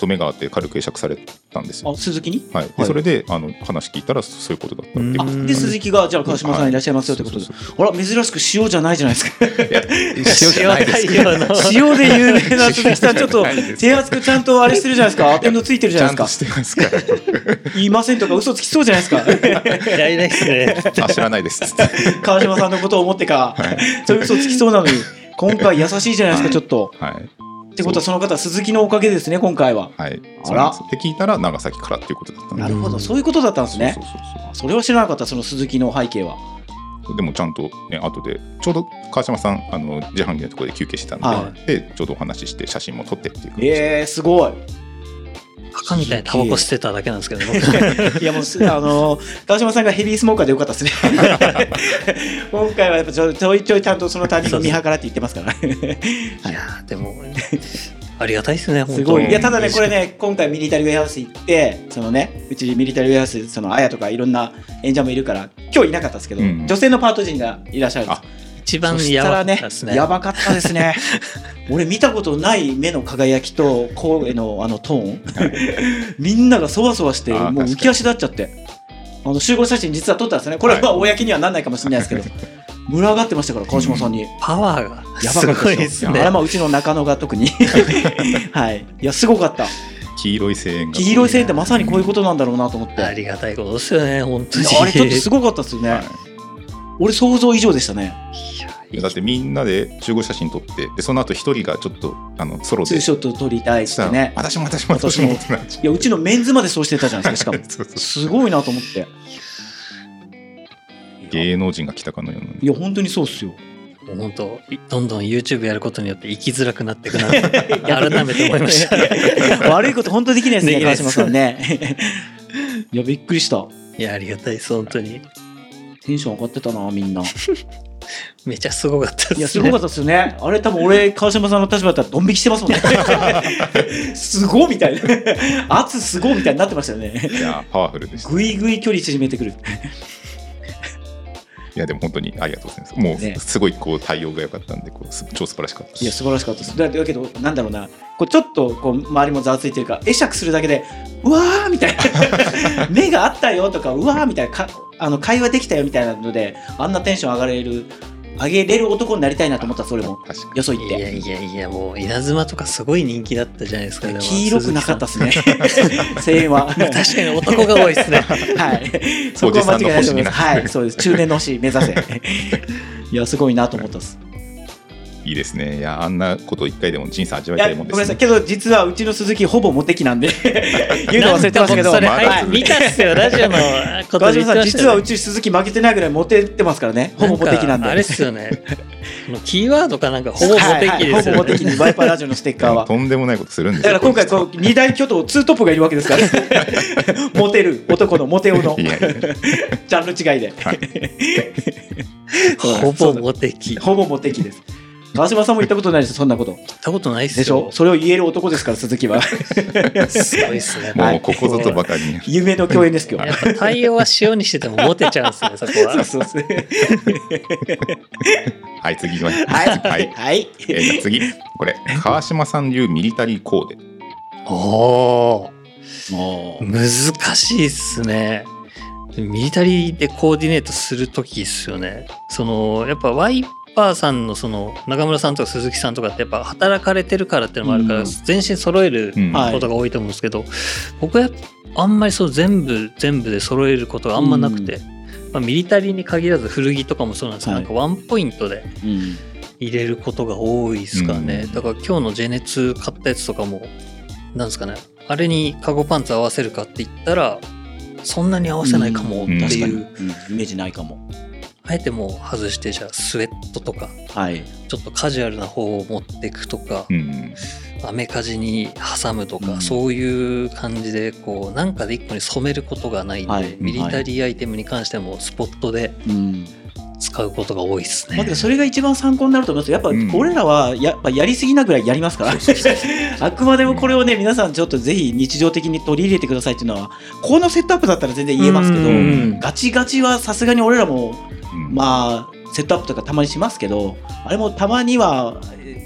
と目が合って軽く会釈されたんですよ。 鈴木に、 はい、でそれで話聞いたらそういうことだったっていう。 で鈴木がじゃあ川島さんいらっしゃいますよってことで、あら珍しく塩じゃないじゃないですか。 塩じゃないです塩で有名な鈴木さん、ちょっと手厚くちゃんとあれしてるじゃないですか。アテンドついてるじゃないですか。 ちゃんとしてますから言いませんとか嘘つきそうじゃないですか。 やりないですね。 知らないです川島さんのことを思ってか、そういう嘘つきそうなのに今回優しいじゃないですか、ちょっと。 はい。 ってことはその方鈴木のおかげですね、今回は。 はい。 あらって聞いたら長崎からっていうことだったんで。 なるほど、そういうことだったんですね。それは知らなかった、その鈴木の背景は。 でもちゃんとね、後でちょうど川島さん自販機のところで休憩してたんで、でちょうどお話しして写真も撮ってっていう感じで。 すごい。 バカみたいにタバコ吸ってただけなんですけどね。 いやもう川島さんがヘビースモーカーでよかったですね。今回はやっぱちょいちょいちゃんとそのタイミングを見計らって言ってますから。いやでもありがたいですね、本当に。 すごい。いやただね、これね、今回ミリタリーウェアハウス行ってうちミリタリーウェアハウスあやとかいろんな演者もいるから今日いなかったですけど、女性のパート陣がいらっしゃるんです。 一番やばかったですね。 やばかったですね。俺見たことない目の輝きと声のトーン、みんながそわそわしてもう浮き足立っちゃって、集合写真実は撮ったんですね。これは公にはなんないかもしれないですけど、群がってましたから川島さんに。 パワーがやばかったですね。うちの中野が特にはい、いやすごかった。 黄色い声援ってまさにこういうことなんだろうなと思って。 ありがたいことですよね、本当に。 あれちょっとすごかったですよね。俺想像以上でしたね。 だってみんなで集合写真撮って、でその後一人がちょっとソロでツーショット撮りたいってね。 私もいやうちのメンズまでそうしてたじゃないですか。しかもすごいなと思って。 芸能人が来たかのような。 いや本当にそうっすよ。 本当どんどん YouTube やることによって生きづらくなっていくなって改めて思いました。 悪いこと本当できないですね、川島さんね。いやびっくりした。 いやありがたいです本当に。 テンション上がってたなみんな。 めちゃすごかったですね。 いやすごかったですよね。あれ多分俺川島さんの立場だったらドン引きしてますもんね。すごいみたいな、圧すごいみたいになってましたよね。 いやパワフルでした。 ぐいぐい距離縮めてくる。 いやでも本当にありがとうございます。もうすごい対応が良かったんで超素晴らしかった。 いや素晴らしかったです。だけどなんだろうな、ちょっと周りもざわついてるから会釈するだけでうわーみたいな目があったよとかうわーみたいな会話できたよみたいなので、あんなテンション上げれる男になりたいなと思った。それもよそ行って。 いやもう稲妻とかすごい人気だったじゃないですか。 黄色くなかったですね。声援は確かに男が多いですね。 はい、そこは間違いないと思います。はい、そうです。中年の星目指せ。いやすごいなと思ったです。 いいですね。いやあんなこと一回でも人生味わいたいもんですね。 ごめんなさいけど実はうちの鈴木ほぼモテ期なんで言うの忘れてますけど、 それ見たっすよラジオのこと言ってましたよね。 実はうち鈴木負けてないぐらいモテてますからね。ほぼモテ期なんで。 あれっすよね。キーワードかなんかほぼモテ期ですよね。 ほぼモテ期にワイパーラジオのステッカーはとんでもないことするんですよ。 だから今回二大巨頭ツートップがいるわけですからモテる男のモテ男のジャンル違いで、 ほぼモテ期。 ほぼモテ期です。川島さんも言ったことないです。そんなこと言ったことないっすよ。 でしょ。それを言える男ですから鈴木は。 すごいっすね。 もうここぞとばかりに夢の共演です今日。 やっぱ対応は塩にしててもモテちゃうんですね、そこは。 そうそうはい次行きましょう。はい、じゃあ次これ川島さん流ミリタリーコーデ。 難しいっすね。ミリタリーでコーディネートするときっすよね。やっぱワイパーさんの中村さんとか鈴木さんとかってやっぱ働かれてるからっていうのもあるから、全身揃えることが多いと思うんですけど、僕はあんまり全部で揃えることがあんまなくて、ミリタリーに限らず古着とかもそうなんですけど、なんかワンポイントで入れることが多いですからね。だから今日のジェネツ買ったやつとかもなんですかね、あれにカゴパンツ合わせるかって言ったらそんなに合わせないかもっていう、 確かにイメージないかも。 あえてもう外して、じゃあスウェットとか、ちょっとカジュアルな方を持っていくとか、アメカジに挟むとか、そういう感じでなんかで一個に染めることがないんで、ミリタリーアイテムに関してもスポットで使うことが多いですね。 それが一番参考になると思います。やっぱ俺らはやりすぎなぐらいやりますから。あくまでもこれをね、皆さんちょっとぜひ日常的に取り入れてくださいっていうのは、このセットアップだったら全然言えますけど、ガチガチはさすがに俺らもセットアップとかたまにしますけど、あれもたまには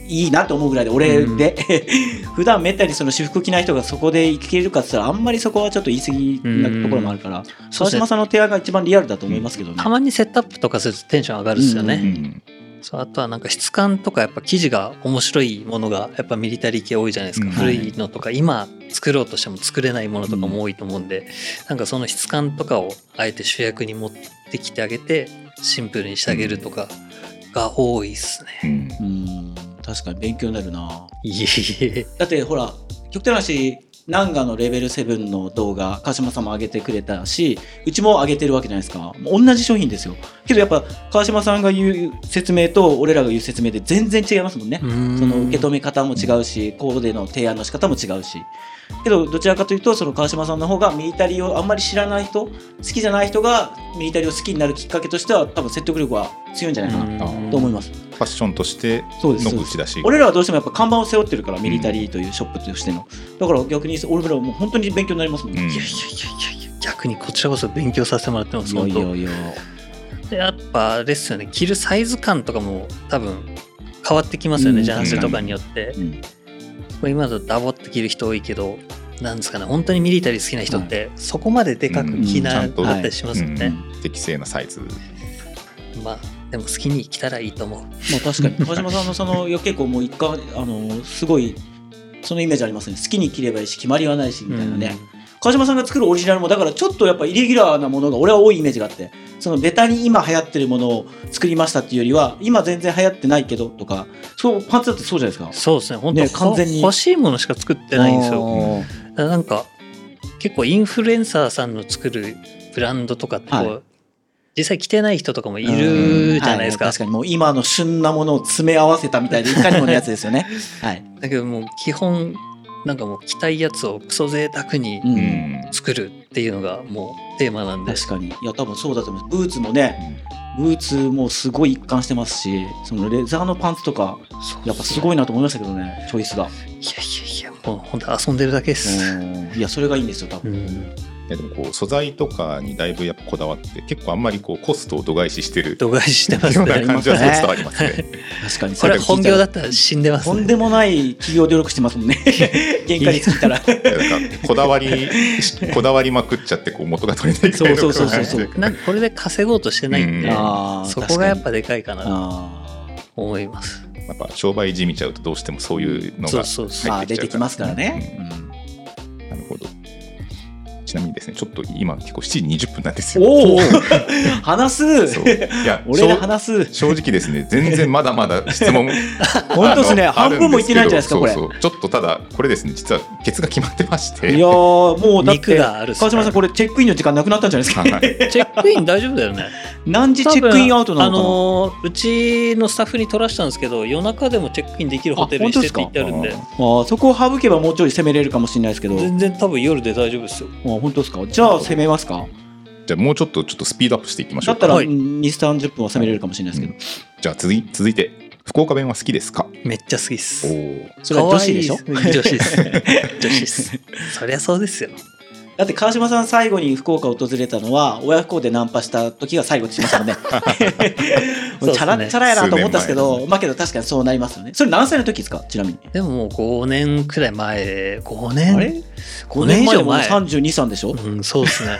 いいなと思うぐらいで俺で普段めったにその私服着ない人がそこで行けるかって言ったらあんまりそこはちょっと言い過ぎなところもあるから川島さんの提案が一番リアルだと思いますけどね。 たまにセットアップとかするとテンション上がるっすよね。そうあとはなんか質感とかやっぱ生地が面白いものがやっぱミリタリー系多いじゃないですか、古いのとか今作ろうとしても作れないものとかも多いと思うんで、なんかその質感とかをあえて主役に持ってきてあげてシンプルにしてあげるとかが多いっすね。 確かに勉強になるな。 いえいえ。 だってほら極端な話ナンガのレベル7の動画川島さんも上げてくれたしうちも上げてるわけじゃないですか。同じ商品ですよけどやっぱ川島さんが言う説明と俺らが言う説明で全然違いますもんね。その受け止め方も違うしコーデの提案の仕方も違うしけどどちらかというとその川島さんの方がミリタリーをあんまり知らない人好きじゃない人がミリタリーを好きになるきっかけとしては多分説得力は強いんじゃないかなと思います。 ファッションとしての打ち出し俺らはどうしてもやっぱ看板を背負ってるからミリタリーというショップとしてのだから逆に俺らはもう本当に勉強になりますもんね。 いや逆にこちらこそ勉強させてもらってます。本当でやっぱあれですよね着るサイズ感とかも多分変わってきますよね、ジャンルとかによって、今だとダボって着る人多いけどなんですかね本当にミリタリー好きな人ってそこまででかく着なかったりしますよね。 適正なサイズまあでも好きに着たらいいと思う。 まあ確かに川島さんのその結構もう一回すごいそのイメージありますね。好きに着ればいいし決まりはないしみたいなね。川島さんが作るオリジナルもだからちょっとやっぱイレギュラーなものが俺は多いイメージがあってそのベタに今流行ってるものを作りましたっていうよりは今全然流行ってないけどとかそうパンツだってそうじゃないですか。 そうですね本当ね完全に欲しいものしか作ってないんですよ。なんか結構インフルエンサーさんの作るブランドとかってこう、実際着てない人とかもいるじゃないですか。 確かにもう今の旬なものを詰め合わせたみたいでいかにものやつですよね。 だけどもう基本なんかもう着たいやつをクソ贅沢に作るっていうのがもうテーマなんで。 確かにいや多分そうだと思います。ブーツもね、ブーツもすごい一貫してますしそのレザーのパンツとかやっぱすごいなと思いましたけどねチョイスが。 いやもう本当遊んでるだけです。 いやそれがいいんですよ多分。 いやでもこう素材とかにだいぶやっぱこだわって結構あんまりこうコストを度外視してる度外視してますね。 ような感じはすごい伝わりますね。 確かにこれ本業だったら死んでますね。 とんでもない企業努力してますもんね。原価率聞いたらなんかこだわりまくっちゃってこう元が取れないくらいの感じでなんかこれで稼ごうとしてないんで、そこがやっぱでかいかなと思います。 やっぱ商売地見ちゃうとどうしてもそういうのが入ってきちゃうから出てきますからね。 なるほど。ちなみにですねちょっと今結構7時20分なんですよ。 おお話す。 いや俺が話す。 正直ですね全然まだまだ質問本当ですね半分もいってないんじゃないですかこれ。 そうちょっとただこれですね実はケツが決まってまして。 いやもうだって川島さんこれチェックインの時間なくなったんじゃないですか。 チェックイン大丈夫だよね。 何時チェックインアウトなのかな。 うちのスタッフに取らしたんですけど夜中でもチェックインできるホテルにしてって言ってあるんでそこを省けばもうちょい攻めれるかもしれないですけど全然多分夜で大丈夫ですよ。 本当ですか。じゃあ攻めますか。 じゃあもうちょっとスピードアップしていきましょうか。だったら2、30分は攻めれるかもしれないですけど、 じゃあ続いて福岡弁は好きですか。 めっちゃ好きです。 それは女子でしょ。 女子です女子ですそりゃそうですよ。 だって川島さん最後に福岡を訪れたのは親不孝でナンパした時が最後ってしましたもんね。チャラッチャラやなと思ったんですけどまあけど確かにそうなりますよね。それ何歳の時ですかちなみに。 でももう5年くらい前5年あれ5年以上前32、3でしょ。 そうですね。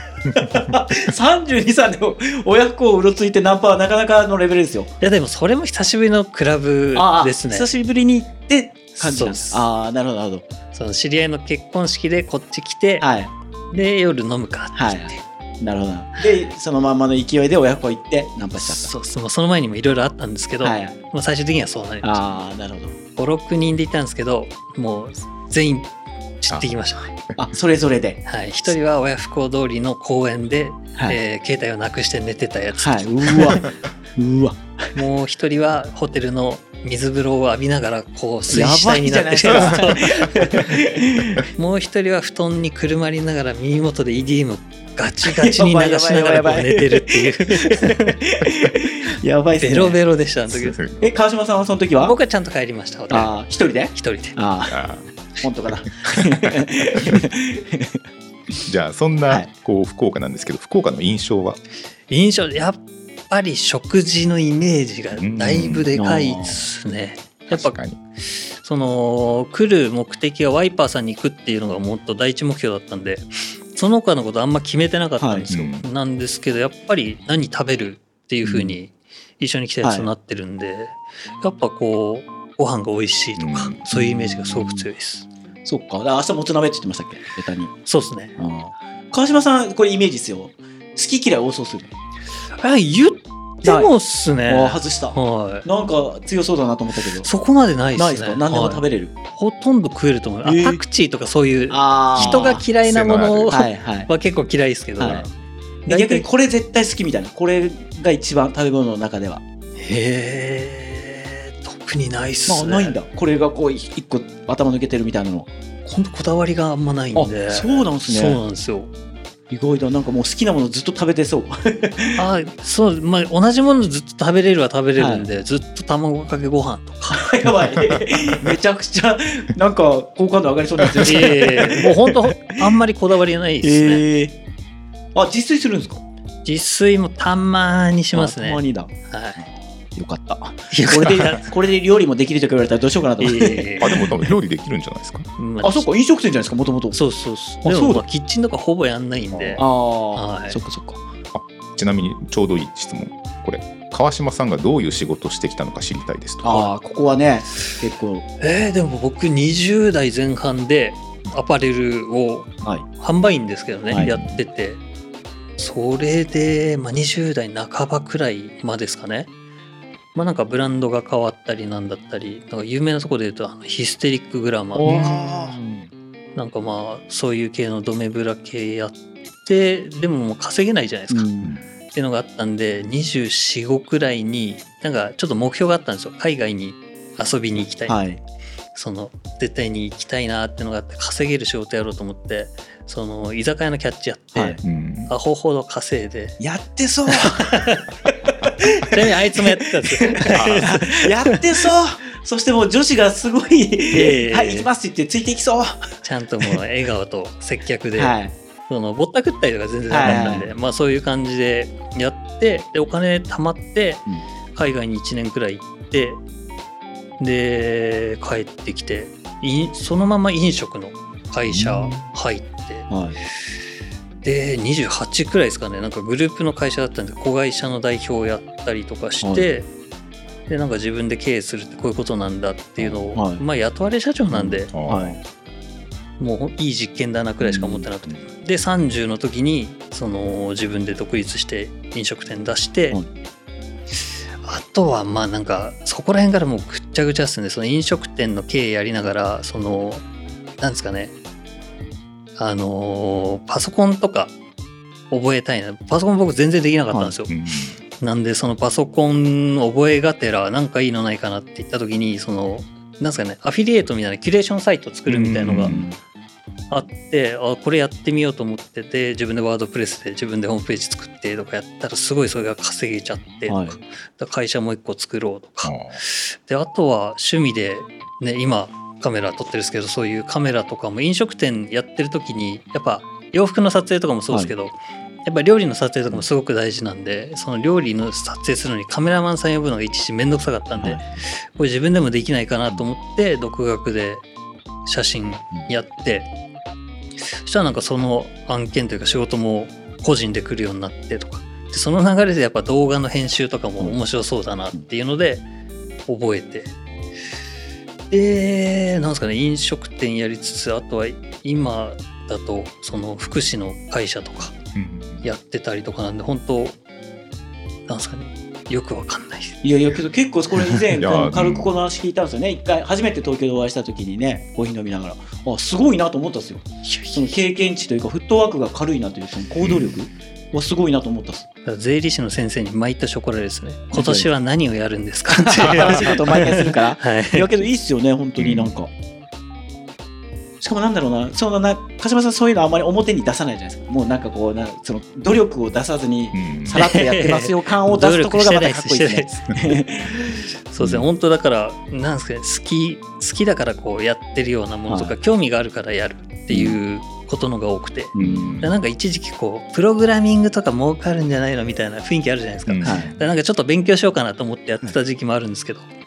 32、3で親不孝をうろついてナンパはなかなかのレベルですよ。 いやでもそれも久しぶりのクラブですね。 久しぶりに行って感じなんです。なるほどなるほど。 その知り合いの結婚式でこっち来て、で夜飲むかって言って、 なるほど。でそのまんまの勢いで親不孝行ってナンパしちゃった。 そうその前にもいろいろあったんですけど、まあ最終的にはそうなりました。 なるほど。 5、6人でいたんですけどもう全員散ってきましたね。 それぞれで。 一人は親不孝通りの公園で、携帯をなくして寝てたやつ。 うわもう一人はホテルの水風呂を浴びながらこう水死体になってもう一人は布団にくるまりながら耳元で EDM ガチガチに流しながらこう寝てるっていうやばいっすね。 ベロベロでしたあの時。 川島さんはその時は。 僕はちゃんと帰りました。 一人で本当かな。 じゃあそんなこう福岡なんですけど福岡の印象は。 やっぱり食事のイメージがだいぶでかいですね。やっぱその来る目的がワイパーさんに行くっていうのがもっと第一目標だったんで、その他のことあんま決めてなかったんですよ、なんですけどやっぱり何食べるっていう風に一緒に来たやつになってるんで、やっぱこうご飯が美味しいとか、そういうイメージがすごく強いです。 そっか。明日もつ鍋って言ってましたっけ、ベタに。 そうですね。 川島さんこれイメージですよ。好き嫌い多そうする。 言ってもっすね。 外した、 はい、 なんか強そうだなと思ったけど。 そこまでないですね。 ないですか。何でも食べれる、 ほとんど食えると思う。パクチーとかそういう人が嫌いなものは結構嫌いですけど、 逆にこれ絶対好きみたいな、これが一番食べ物の中では。 特にないっすね。 ないんだ。これがこう一個頭抜けてるみたいなの。 ほんとこだわりがあんまないんで。 そうなんですね。 そうなんですよ。 意外だ。なんかもう好きなものずっと食べてそう。 そう、同じものずっと食べれるは食べれるんで、ずっと卵かけご飯とか。 やばい。めちゃくちゃなんか好感度上がりそうなんですよ。 もう本当あんまりこだわりないですね。 自炊するんですか？ 自炊もたまにしますね。 たまにだ。 はい。 よかった。これで料理もできるとか言われたらどうしようかなと思って。 でも多分料理できるんじゃないですか。 そっか、飲食店じゃないですか、もともと。 そう。でもキッチンとかほぼやんないんで。 そっか。 ちなみにちょうどいい質問。これ川島さんがどういう仕事をしてきたのか知りたいですと。 ここはね結構。 でも僕20代前半でアパレルを販売員ですけどね、やってて、それで20代半ばくらいまでですかね。なんかブランドが変わったりなんだったり、なんか有名なところで言うとヒステリックグラマーとか、なんかそういう系のドメブラ系やって、でももう稼げないじゃないですか、っていうのがあったんで、24、5くらいになんかちょっと目標があったんですよ。海外に遊びに行きたい、その絶対に行きたいなっていうのがあって、稼げる仕事やろうと思って、その居酒屋のキャッチやって、アホほど稼いでやってそう。 ちなみにあいつもやってたんですよ。 やってそう。そしてもう女子がすごい、はい行きますって言ってついていきそう。 ちゃんともう笑顔と接客で、そのぼったくったりとか全然なかったんで、そういう感じでやって、でお金貯まって海外に1年くらい行って、で帰ってきてそのまま飲食の会社入って、で28くらいですかね、なんかグループの会社だったんで子会社の代表をやったりとかして、でなんか自分で経営するってこういうことなんだっていうのを、雇われ社長なんで、もういい実験だなくらいしか思ってなくて、で30の時にその自分で独立して飲食店出して、あとはなんかそこら辺からもうぐっちゃぐちゃですね。その飲食店の経営やりながら、そのなんですかね、パソコンとか覚えたいな。パソコン僕全然できなかったんですよ、なんでそのパソコン覚えがてらなんかいいのないかなって言った時に、そのなんですかね、アフィリエイトみたいなキュレーションサイトを作るみたいなのがあって、これやってみようと思ってて、自分でワードプレスで自分でホームページ作ってとかやったらすごいそれが稼げちゃってとか、会社もう一個作ろうとか、であとは趣味でね、今カメラ撮ってるんですけど、そういうカメラとかも飲食店やってる時にやっぱ洋服の撮影とかもそうですけど、やっぱ料理の撮影とかもすごく大事なんで、その料理の撮影するのにカメラマンさん呼ぶのが一時めんどくさかったんで、これ自分でもできないかなと思って独学で写真やって、そしたらなんかその案件というか仕事も個人で来るようになってとかで、その流れでやっぱ動画の編集とかも面白そうだなっていうので覚えて、でなんですかね、飲食店やりつつ、あとは今だとその福祉の会社とかやってたりとかなんで、本当なんですかね、よくわかんないです。 いやけど結構これ以前軽くこの話聞いたんですよね。一回初めて東京でお会いした時にね、コーヒー飲みながらすごいなと思ったんですよ。その経験値というかフットワークが軽いなという、その行動力はすごいなと思ったっす。 税理士の先生に毎年怒られるですね。今年は何をやるんですかって新しいことを毎回するから、いやけどいいっすよね本当に。なんかしかもなんだろうな、その鹿島さんそういうのあんまり表に出さないじゃないですか。もうなんかこうその努力を出さずにさらっとやってますよ感を出すところがまたかっこいいですね。 そうですね、本当だからなんですかね、好きだからこうやってるようなものとか、興味があるからやるっていうことのが多くて、なんか一時期こうプログラミングとか儲かるんじゃないのみたいな雰囲気あるじゃないですか。だからなんかちょっと勉強しようかなと思ってやってた時期もあるんですけど、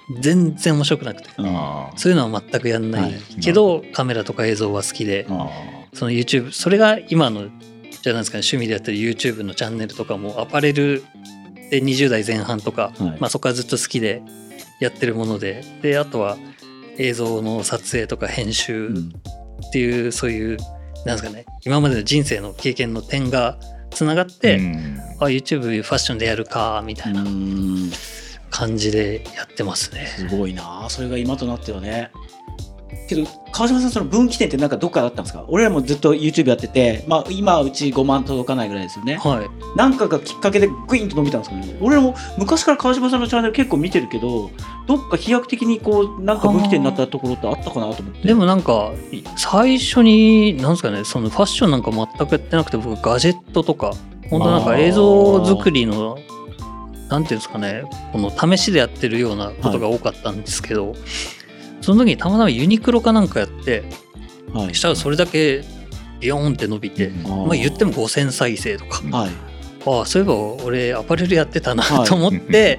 全然面白くなくて、そういうのは全くやんないけど、カメラとか映像は好きで、その YouTube それが今のじゃないですかね、趣味でやってる YouTube のチャンネルとかもアパレルで20代前半とか、そこからずっと好きでやってるもので、あとは映像の撮影とか編集っていう、そういうなんですかね、今までの人生の経験の点がつながって、YouTube ファッションでやるかみたいな感じでやってますね。 すごいな、それが今となってはね。けど川島さん、その分岐点ってなんかどっかだったんですか？俺らもずっと YouTube やってて、今はうち5万届かないぐらいですよね。なんかがきっかけでグイーンと伸びたんですかね。俺らも昔から川島さんのチャンネル結構見てるけど、どっか飛躍的にこうなんか分岐点になったところってあったかなと思って。 でもなんか最初になんですかね、そのファッションなんか全くやってなくて、僕ガジェットとか本当なんか映像作りのなんていうんですかね、この試しでやってるようなことが多かったんですけど、その時にたまたまユニクロかなんかやって、したらそれだけビヨーンって伸びて、言っても5000再生とか、そういえば俺アパレルやってたなと思って、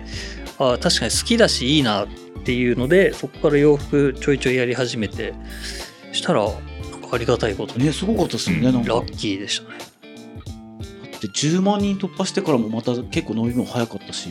確かに好きだしいいなっていうので、そこから洋服ちょいちょいやり始めて、したらなんかありがたいことに、 すごかったですよね。なんかラッキーでしたね。 で10万人突破してからもまた結構伸びも早かったし、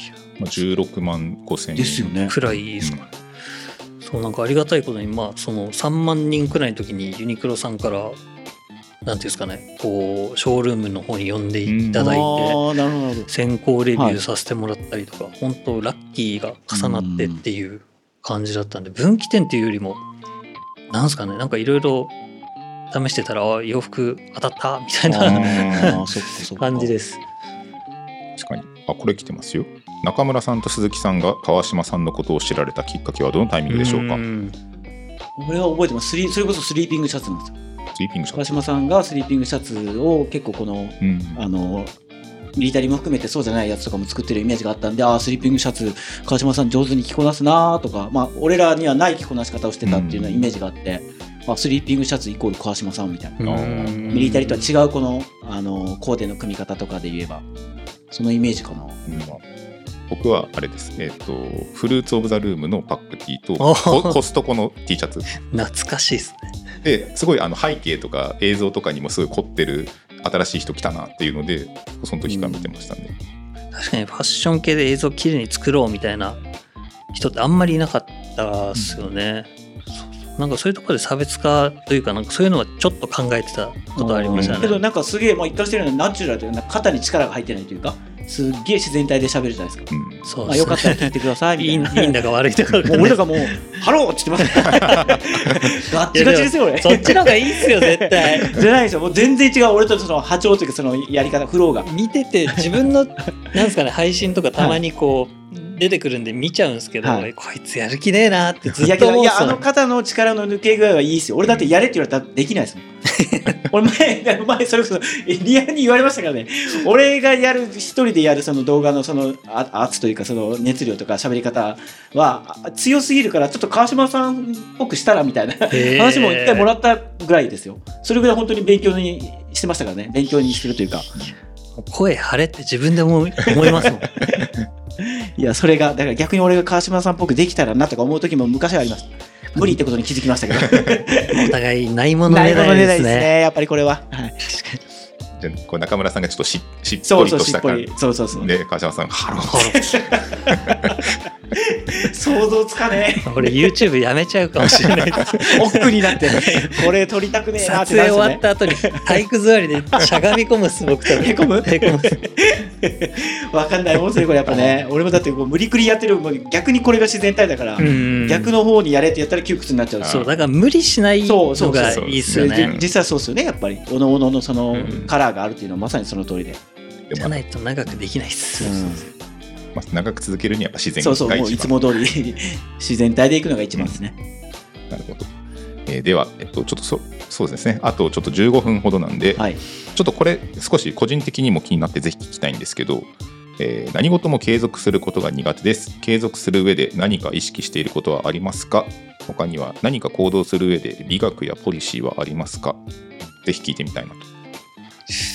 16万5千人ですよね。 くらいですかね。そう、なんかありがたいことに、その3万人くらいの時にユニクロさんからなんていうんですかね、こうショールームの方に呼んでいただいて、先行レビューさせてもらったりとか、本当ラッキーが重なってっていう感じだったんで、分岐点っていうよりもなんですかね、なんかいろいろ試してたら洋服当たったみたいな感じです。 確かに。これ来てますよ。中村さんと鈴木さんが川島さんのことを知られたきっかけはどのタイミングでしょうか？ 俺は覚えてます。それこそスリーピングシャツなんですよ。 スリーピングシャツ。 川島さんがスリーピングシャツを結構この、ミリタリーも含めてそうじゃないやつとかも作ってるイメージがあったんで、スリーピングシャツ川島さん上手に着こなすなとか、俺らにはない着こなし方をしてたっていうようなイメージがあって、スリーピングシャツイコール川島さんみたいな、ミリタリーとは違うこの、コーデの組み方とかで言えばそのイメージかな。 僕はあれです、フルーツオブザルームのパック T とコストコの T シャツ。 懐かしいですね。 ですごい背景とか映像とかにもすごい凝ってる新しい人来たなっていうので、その時から見てましたね。 確かにファッション系で映像きれいに作ろうみたいな人ってあんまりいなかったですよね。なんかそういうところで差別化というか、なんかそういうのはちょっと考えてたことありましたね。 けどなんかすげえ、一貫してるのはナチュラルというか、肩に力が入ってないというか、すっげえ自然体で喋るじゃないですか。 そうですね。 よかったら聞いてくださいみたいな。 いいんだか悪いとか。 俺とかもうハローって言ってます。ガッチガチですよ俺。 そっちの方がいいっすよ絶対。 じゃないですよ。もう全然違う。俺とその波長というかそのやり方、フローが。 見てて自分のなんですかね、配信とかたまにこう。出てくるんで見ちゃうんですけど、こいつやる気ねえなってずっと思う。 いや肩の力の抜け具合はいいですよ。俺だってやれって言われたらできないですもん。俺前それこそリアルに言われましたからね。俺がやる一人でやるその動画のその圧というかその熱量とか喋り方は強すぎるから、ちょっと川島さんっぽくしたらみたいな話も一回もらったぐらいですよ。それぐらい本当に勉強にしてましたからね。勉強にしてるというか。 声張れって自分でも思いますもん。 いや、それがだから逆に俺が川島さんっぽくできたらなとか思う時も昔はあります。無理ってことに気づきましたけど。 お互いないものねだりですね。 やっぱりこれは。 じゃこう中村さんがちょっとしっぽりとした感じで、川島さんハロー。 想像つかねえ。 俺 YouTube やめちゃうかもしれないです。 奥になってこれ撮りたくねえなって撮影終わった後に体育座りでしゃがみ込むっす僕と。 へこむわかんないもんですねこれやっぱね。俺もだってこう無理くりやってる、逆にこれが自然体だから、逆の方にやれってやったら窮屈になっちゃう。 そうだから無理しないのがいいっすよね。 実際そうっすよね。やっぱりおのおののそのカラーがあるっていうのはまさにその通りで。 じゃないと長くできないっす。 長く続けるには自然が一番。 もういつも通り自然体でいくのが一番ですね。 なるほど。では、ちょっとそうですね、あとちょっと15分ほどなんで、ちょっとこれ少し個人的にも気になってぜひ聞きたいんですけど、何事も継続することが苦手です。継続する上で何か意識していることはありますか？他には何か行動する上で美学やポリシーはありますか？ぜひ聞いてみたいなと。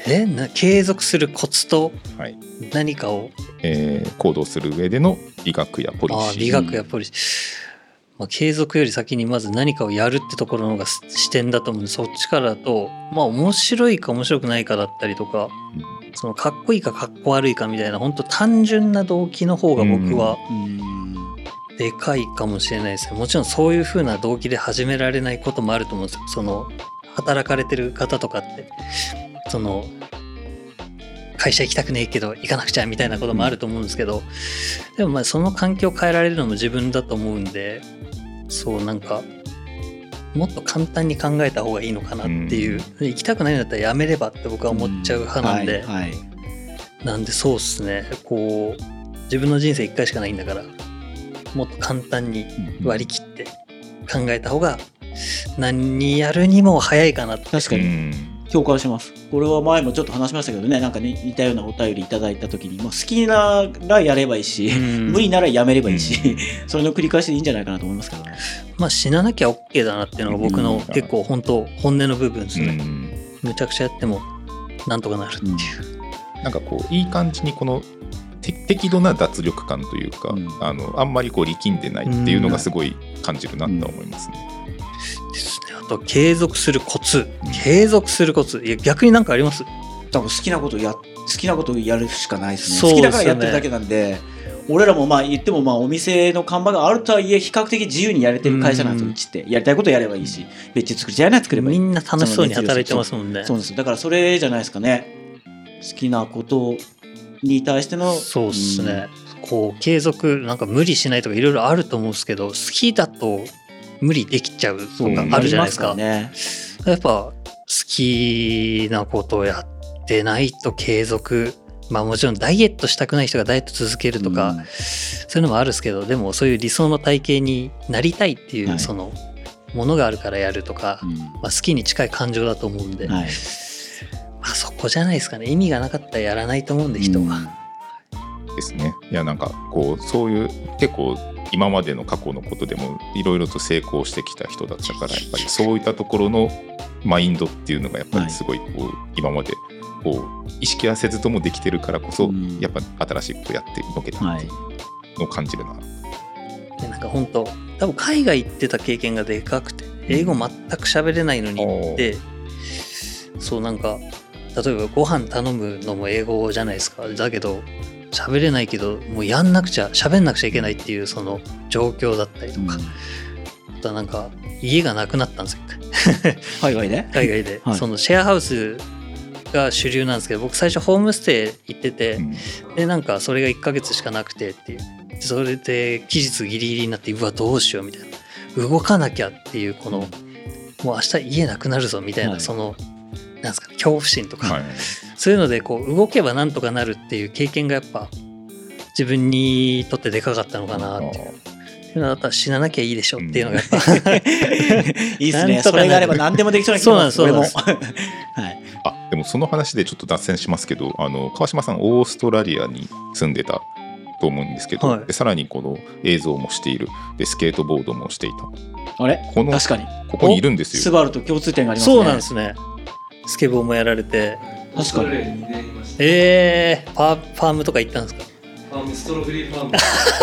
継続するコツと何かを、 行動する上での美学やポリシー。 美学やポリシー、継続より先にまず何かをやるってところの方が視点だと思うんで、そっちからだと面白いか面白くないかだったりとか、そのかっこいいかかっこ悪いかみたいな本当単純な動機の方が僕はでかいかもしれないですね。もちろんそういう風な動機で始められないこともあると思うんですよ。その働かれてる方とかってその会社行きたくねえけど行かなくちゃみたいなこともあると思うんですけど、でもその環境を変えられるのも自分だと思うんで、そうなんかもっと簡単に考えた方がいいのかなっていう、行きたくないんだったらやめればって僕は思っちゃう派なんで、なんでそうっすね、こう自分の人生1回しかないんだからもっと簡単に割り切って考えた方が何やるにも早いかなって。 確かに共感します。これは前もちょっと話しましたけどね、なんかね似たようなお便りいただいた時に、好きならやればいいし、無理ならやめればいいし、それの繰り返しでいいんじゃないかなと思いますけどね。 死ななきゃ OK だなっていうのが僕の結構本当本音の部分ですね。むちゃくちゃやってもなんとかなるっていう、 なんかこういい感じにこの適度な脱力感というか、あんまりこう力んでないっていうのがすごい感じるなと思いますね。 ですね。あと継続するコツ、いや逆になんかあります？ 多分好きなことをやるしかないですね。好きだからやってるだけなんで、俺らも言ってもお店の看板があるとはいえ比較的自由にやれてる会社なんですよ。うちってやりたいことやればいいし、別に作りたいなら作ればいい。 みんな楽しそうに働いてますもんね。 そうです。だからそれじゃないですかね。好きなことに対しての。 そうですね。こう継続なんか無理しないとかいろいろあると思うんですけど、好きだと無理できちゃうとかあるじゃないですか。やっぱ好きなことをやってないと継続、もちろんダイエットしたくない人がダイエット続けるとか、そういうのもあるんですけど、でもそういう理想の体型になりたいっていうそのものがあるからやるとか、好きに近い感情だと思うんで、そこじゃないですかね。意味がなかったらやらないと思うんで、人は。 ですね。いやなんかこうそういう結構今までの過去のことでもいろいろと成功してきた人だったから、やっぱりそういったところのマインドっていうのがやっぱりすごいこう今までこう意識はせずともできてるからこそ、やっぱ新しいことやってのけたっていうのを感じるな。 なんか本当多分海外行ってた経験がでかくて、英語全く喋れないのに行って、そうなんか例えばご飯頼むのも英語じゃないですか。だけど喋れないけどもう喋んなくちゃいけないっていうその状況だったりとか、あとはなんか家がなくなったんですよ海外で、 そのシェアハウスが主流なんですけど、僕最初ホームステイ行ってて、でなんかそれが1ヶ月しかなくてっていう、それで期日ギリギリになって、うわどうしようみたいな、動かなきゃっていうこのもう明日家なくなるぞみたいな、そのなんですか、恐怖心とか、そういうのでこう動けばなんとかなるっていう経験がやっぱ自分にとってでかかったのかなっていう。っていうのだったら死ななきゃいいでしょっていうのがやっぱ、いいですね。それがあれば何でもできそうな気がします。 そうなんです。 でもその話でちょっと脱線しますけど、川島さんオーストラリアに住んでたと思うんですけど、でさらにこの映像もしている、でスケートボードもしていた。 あれ確かにここにいるんですよ。 スバルと共通点がありますね。 そうなんですね。スケボーもやられて。 確かに。 ファームとか行ったんですか？ ファーム、ストロベリーファーム。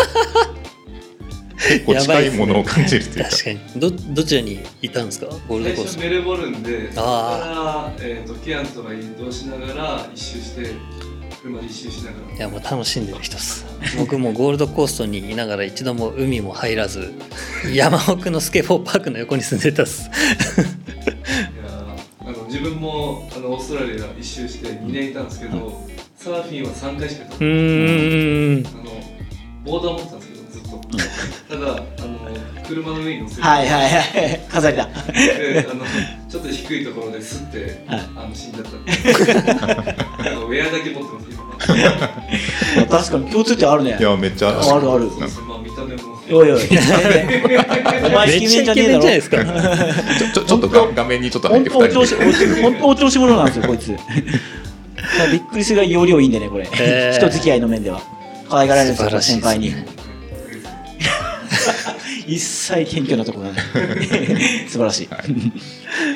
結構近いものを感じるというか。 確かに。どちらにいたんですか？ゴールドコースト。 最初メルボルンで、そこからケアンとか移動しながら一周して、車で一周しながら。 いやもう楽しんでる人です。僕もゴールドコーストにいながら一度も海も入らず、山奥のスケボーパークの横に住んでたっす。 自分もオーストラリア一周して2年いたんですけど、サーフィンは3回しかやったことない。ボーダー持ってたんですけどずっと。ただ車の上に乗せて、 飾りだ。 でちょっと低いところですって死んじゃったんで。ウェアだけ持ってます今。 確かに共通点あるね。 いやめっちゃある。 見た目も。 おいお前イケメンじゃねえだろ。 ですか。 ちょっと画面にちょっと入って2人本当お調子者なんですよこいつ。びっくりするぐらい容量いいんでねこれ。人付き合いの面では可愛がられるんですよ先輩に。一切謙虚なところがない。素晴らしい。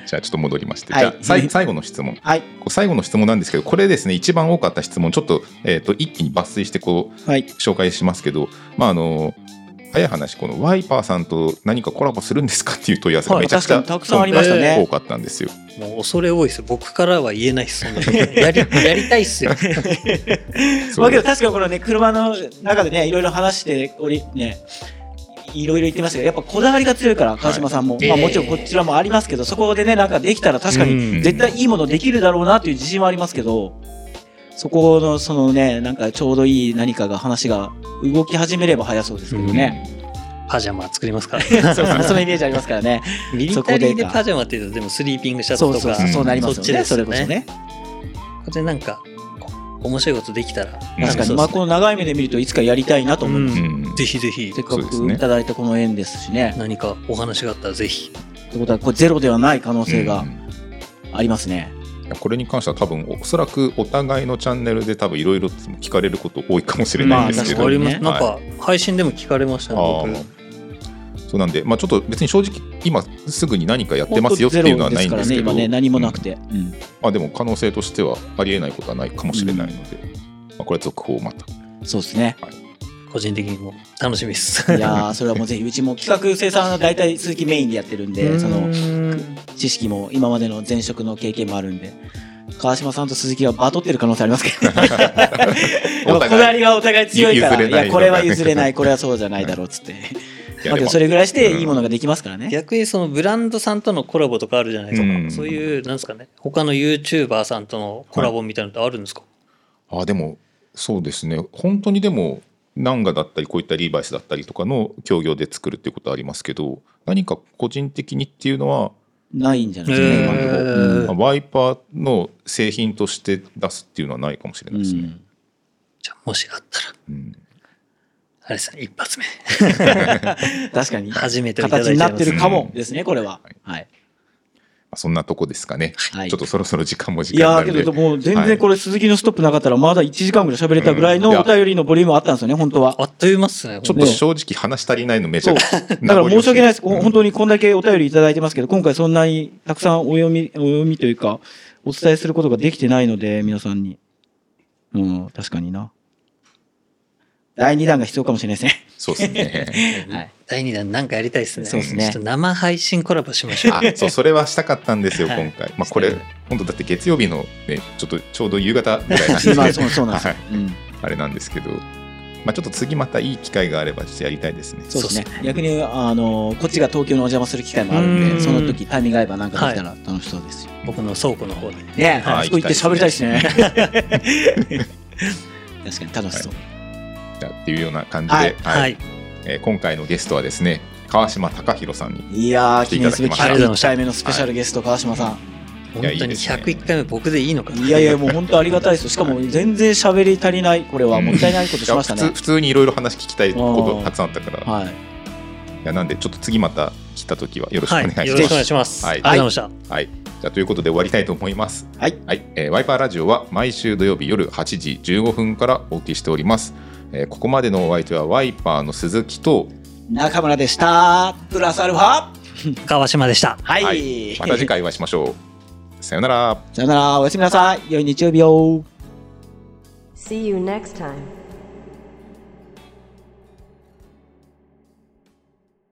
じゃあちょっと戻りまして、じゃあ最後の質問、最後の質問なんですけど、これですね、一番多かった質問ちょっと、一気に抜粋して紹介しますけど、早い話、このワイパーさんと何かコラボするんですかっていう問い合わせがめちゃくちゃたくさんありましたね。 多かったんですよ。 もう恐れ多いです。僕からは言えないです。やりたいっすよ。 けど確かにこのね、車の中でね、いろいろ話してね、いろいろ言ってましたけど、やっぱこだわりが強いから川島さんも、もちろんこちらもありますけど、そこでね、なんかできたら確かに絶対いいものできるだろうなという自信はありますけど、そこのそのね、なんかちょうどいい何かが話が動き始めれば早そうですけどね。 パジャマ作りますから。 そうそのイメージありますからね。 ミリタリーでパジャマっていうとでもスリーピングシャツとかそうなりますよね。それこそね。 これなんか面白いことできたら、 確かにこの長い目で見るといつかやりたいなと思います。 ぜひぜひ。 せっかくいただいたこの縁ですしね。 何かお話があったらぜひ。 ということはこれゼロではない可能性がありますね。 これに関しては多分おそらくお互いのチャンネルで多分いろいろ聞かれること多いかもしれないんですけど、 なんか配信でも聞かれましたね、僕。 そうなんで、ちょっと別に正直今すぐに何かやってますよっていうのはないんですけど、 今ね、何もなくて、 でも可能性としてはありえないことはないかもしれないので、これは続報また。 そうですね、 個人的にも楽しみです。 いやそれはもうぜひ、うちも企画生産は大体鈴木メインでやってるんで、その知識も今までの前職の経験もあるんで、川島さんと鈴木はバトってる可能性ありますけど、こだわりがお互い強いから、いやこれは譲れない、これはそうじゃないだろうっつって。でもそれぐらいしていいものができますからね。 逆にそのブランドさんとのコラボとかあるじゃないですか。そういうなんですかね、他の YouTuber さんとのコラボみたいなのってあるんですか？ でもそうですね。本当にでもナンガだったりこういったリーバイスだったりとかの協業で作るっていうことはありますけど、何か個人的にっていうのはないんじゃないですかね。今のところ。 ワイパーの製品として出すっていうのはないかもしれないですね。 じゃあもしあったら。あれですね、一発目。 確かに初めて形になってるかもですね、これは。はい。 そんなとこですかね。ちょっとそろそろ時間なので。 いやけどもう全然これ鈴木のストップなかったらまだ1時間ぐらい喋れたぐらいのお便りのボリュームあったんですよね、本当は。 あっという間っすね。 ちょっと正直話し足りないのめちゃくちゃ。だから申し訳ないです。本当にこんだけお便りいただいてますけど、今回そんなにたくさんお読みというかお伝えすることができてないので、皆さんに。確かにな。第2弾が必要かもしれないですね。 そうですね。 はい。第2弾なんかやりたいですね。 そうですね。 ちょっと生配信コラボしましょう。 そう、それはしたかったんですよ、今回。これ、本当だって月曜日のね、ちょうど夕方ぐらいなんで。 そうなんですよ。 あれなんですけど、ちょっと次またいい機会があればちょっとやりたいですね。 そうですね。逆にこっちが東京にお邪魔する機会もあるんで、その時タイミングが合えばなんかできたら楽しそうですよ。 僕の倉庫の方で。 ね、あそこ行って喋りたいですね。確かに楽しそう。 っていうような感じで、今回のゲストはですね、川島貴弘さんにいや記念すべき101回目のスペシャルゲスト、川島さん。 本当に101回目僕でいいのかな。 いやもう本当ありがたいです。しかも全然喋り足りない、これはもったいないことしましたね。 普通にいろいろ話聞きたいことたくさんあったから、いやなんでちょっと次また来た時はよろしくお願いします。 よろしくお願いします。ありがとうございました。 はい、じゃあということで終わりたいと思います。ワイパーラジオは毎週土曜日夜8時15分からお送りしております。ここまでのお相手はワイパーの鈴木と中村でした。プラスアルファ川島でした。 また次回お会いしましょう。さよなら。 さよなら。おやすみなさい。良い日曜日を。 See you next time.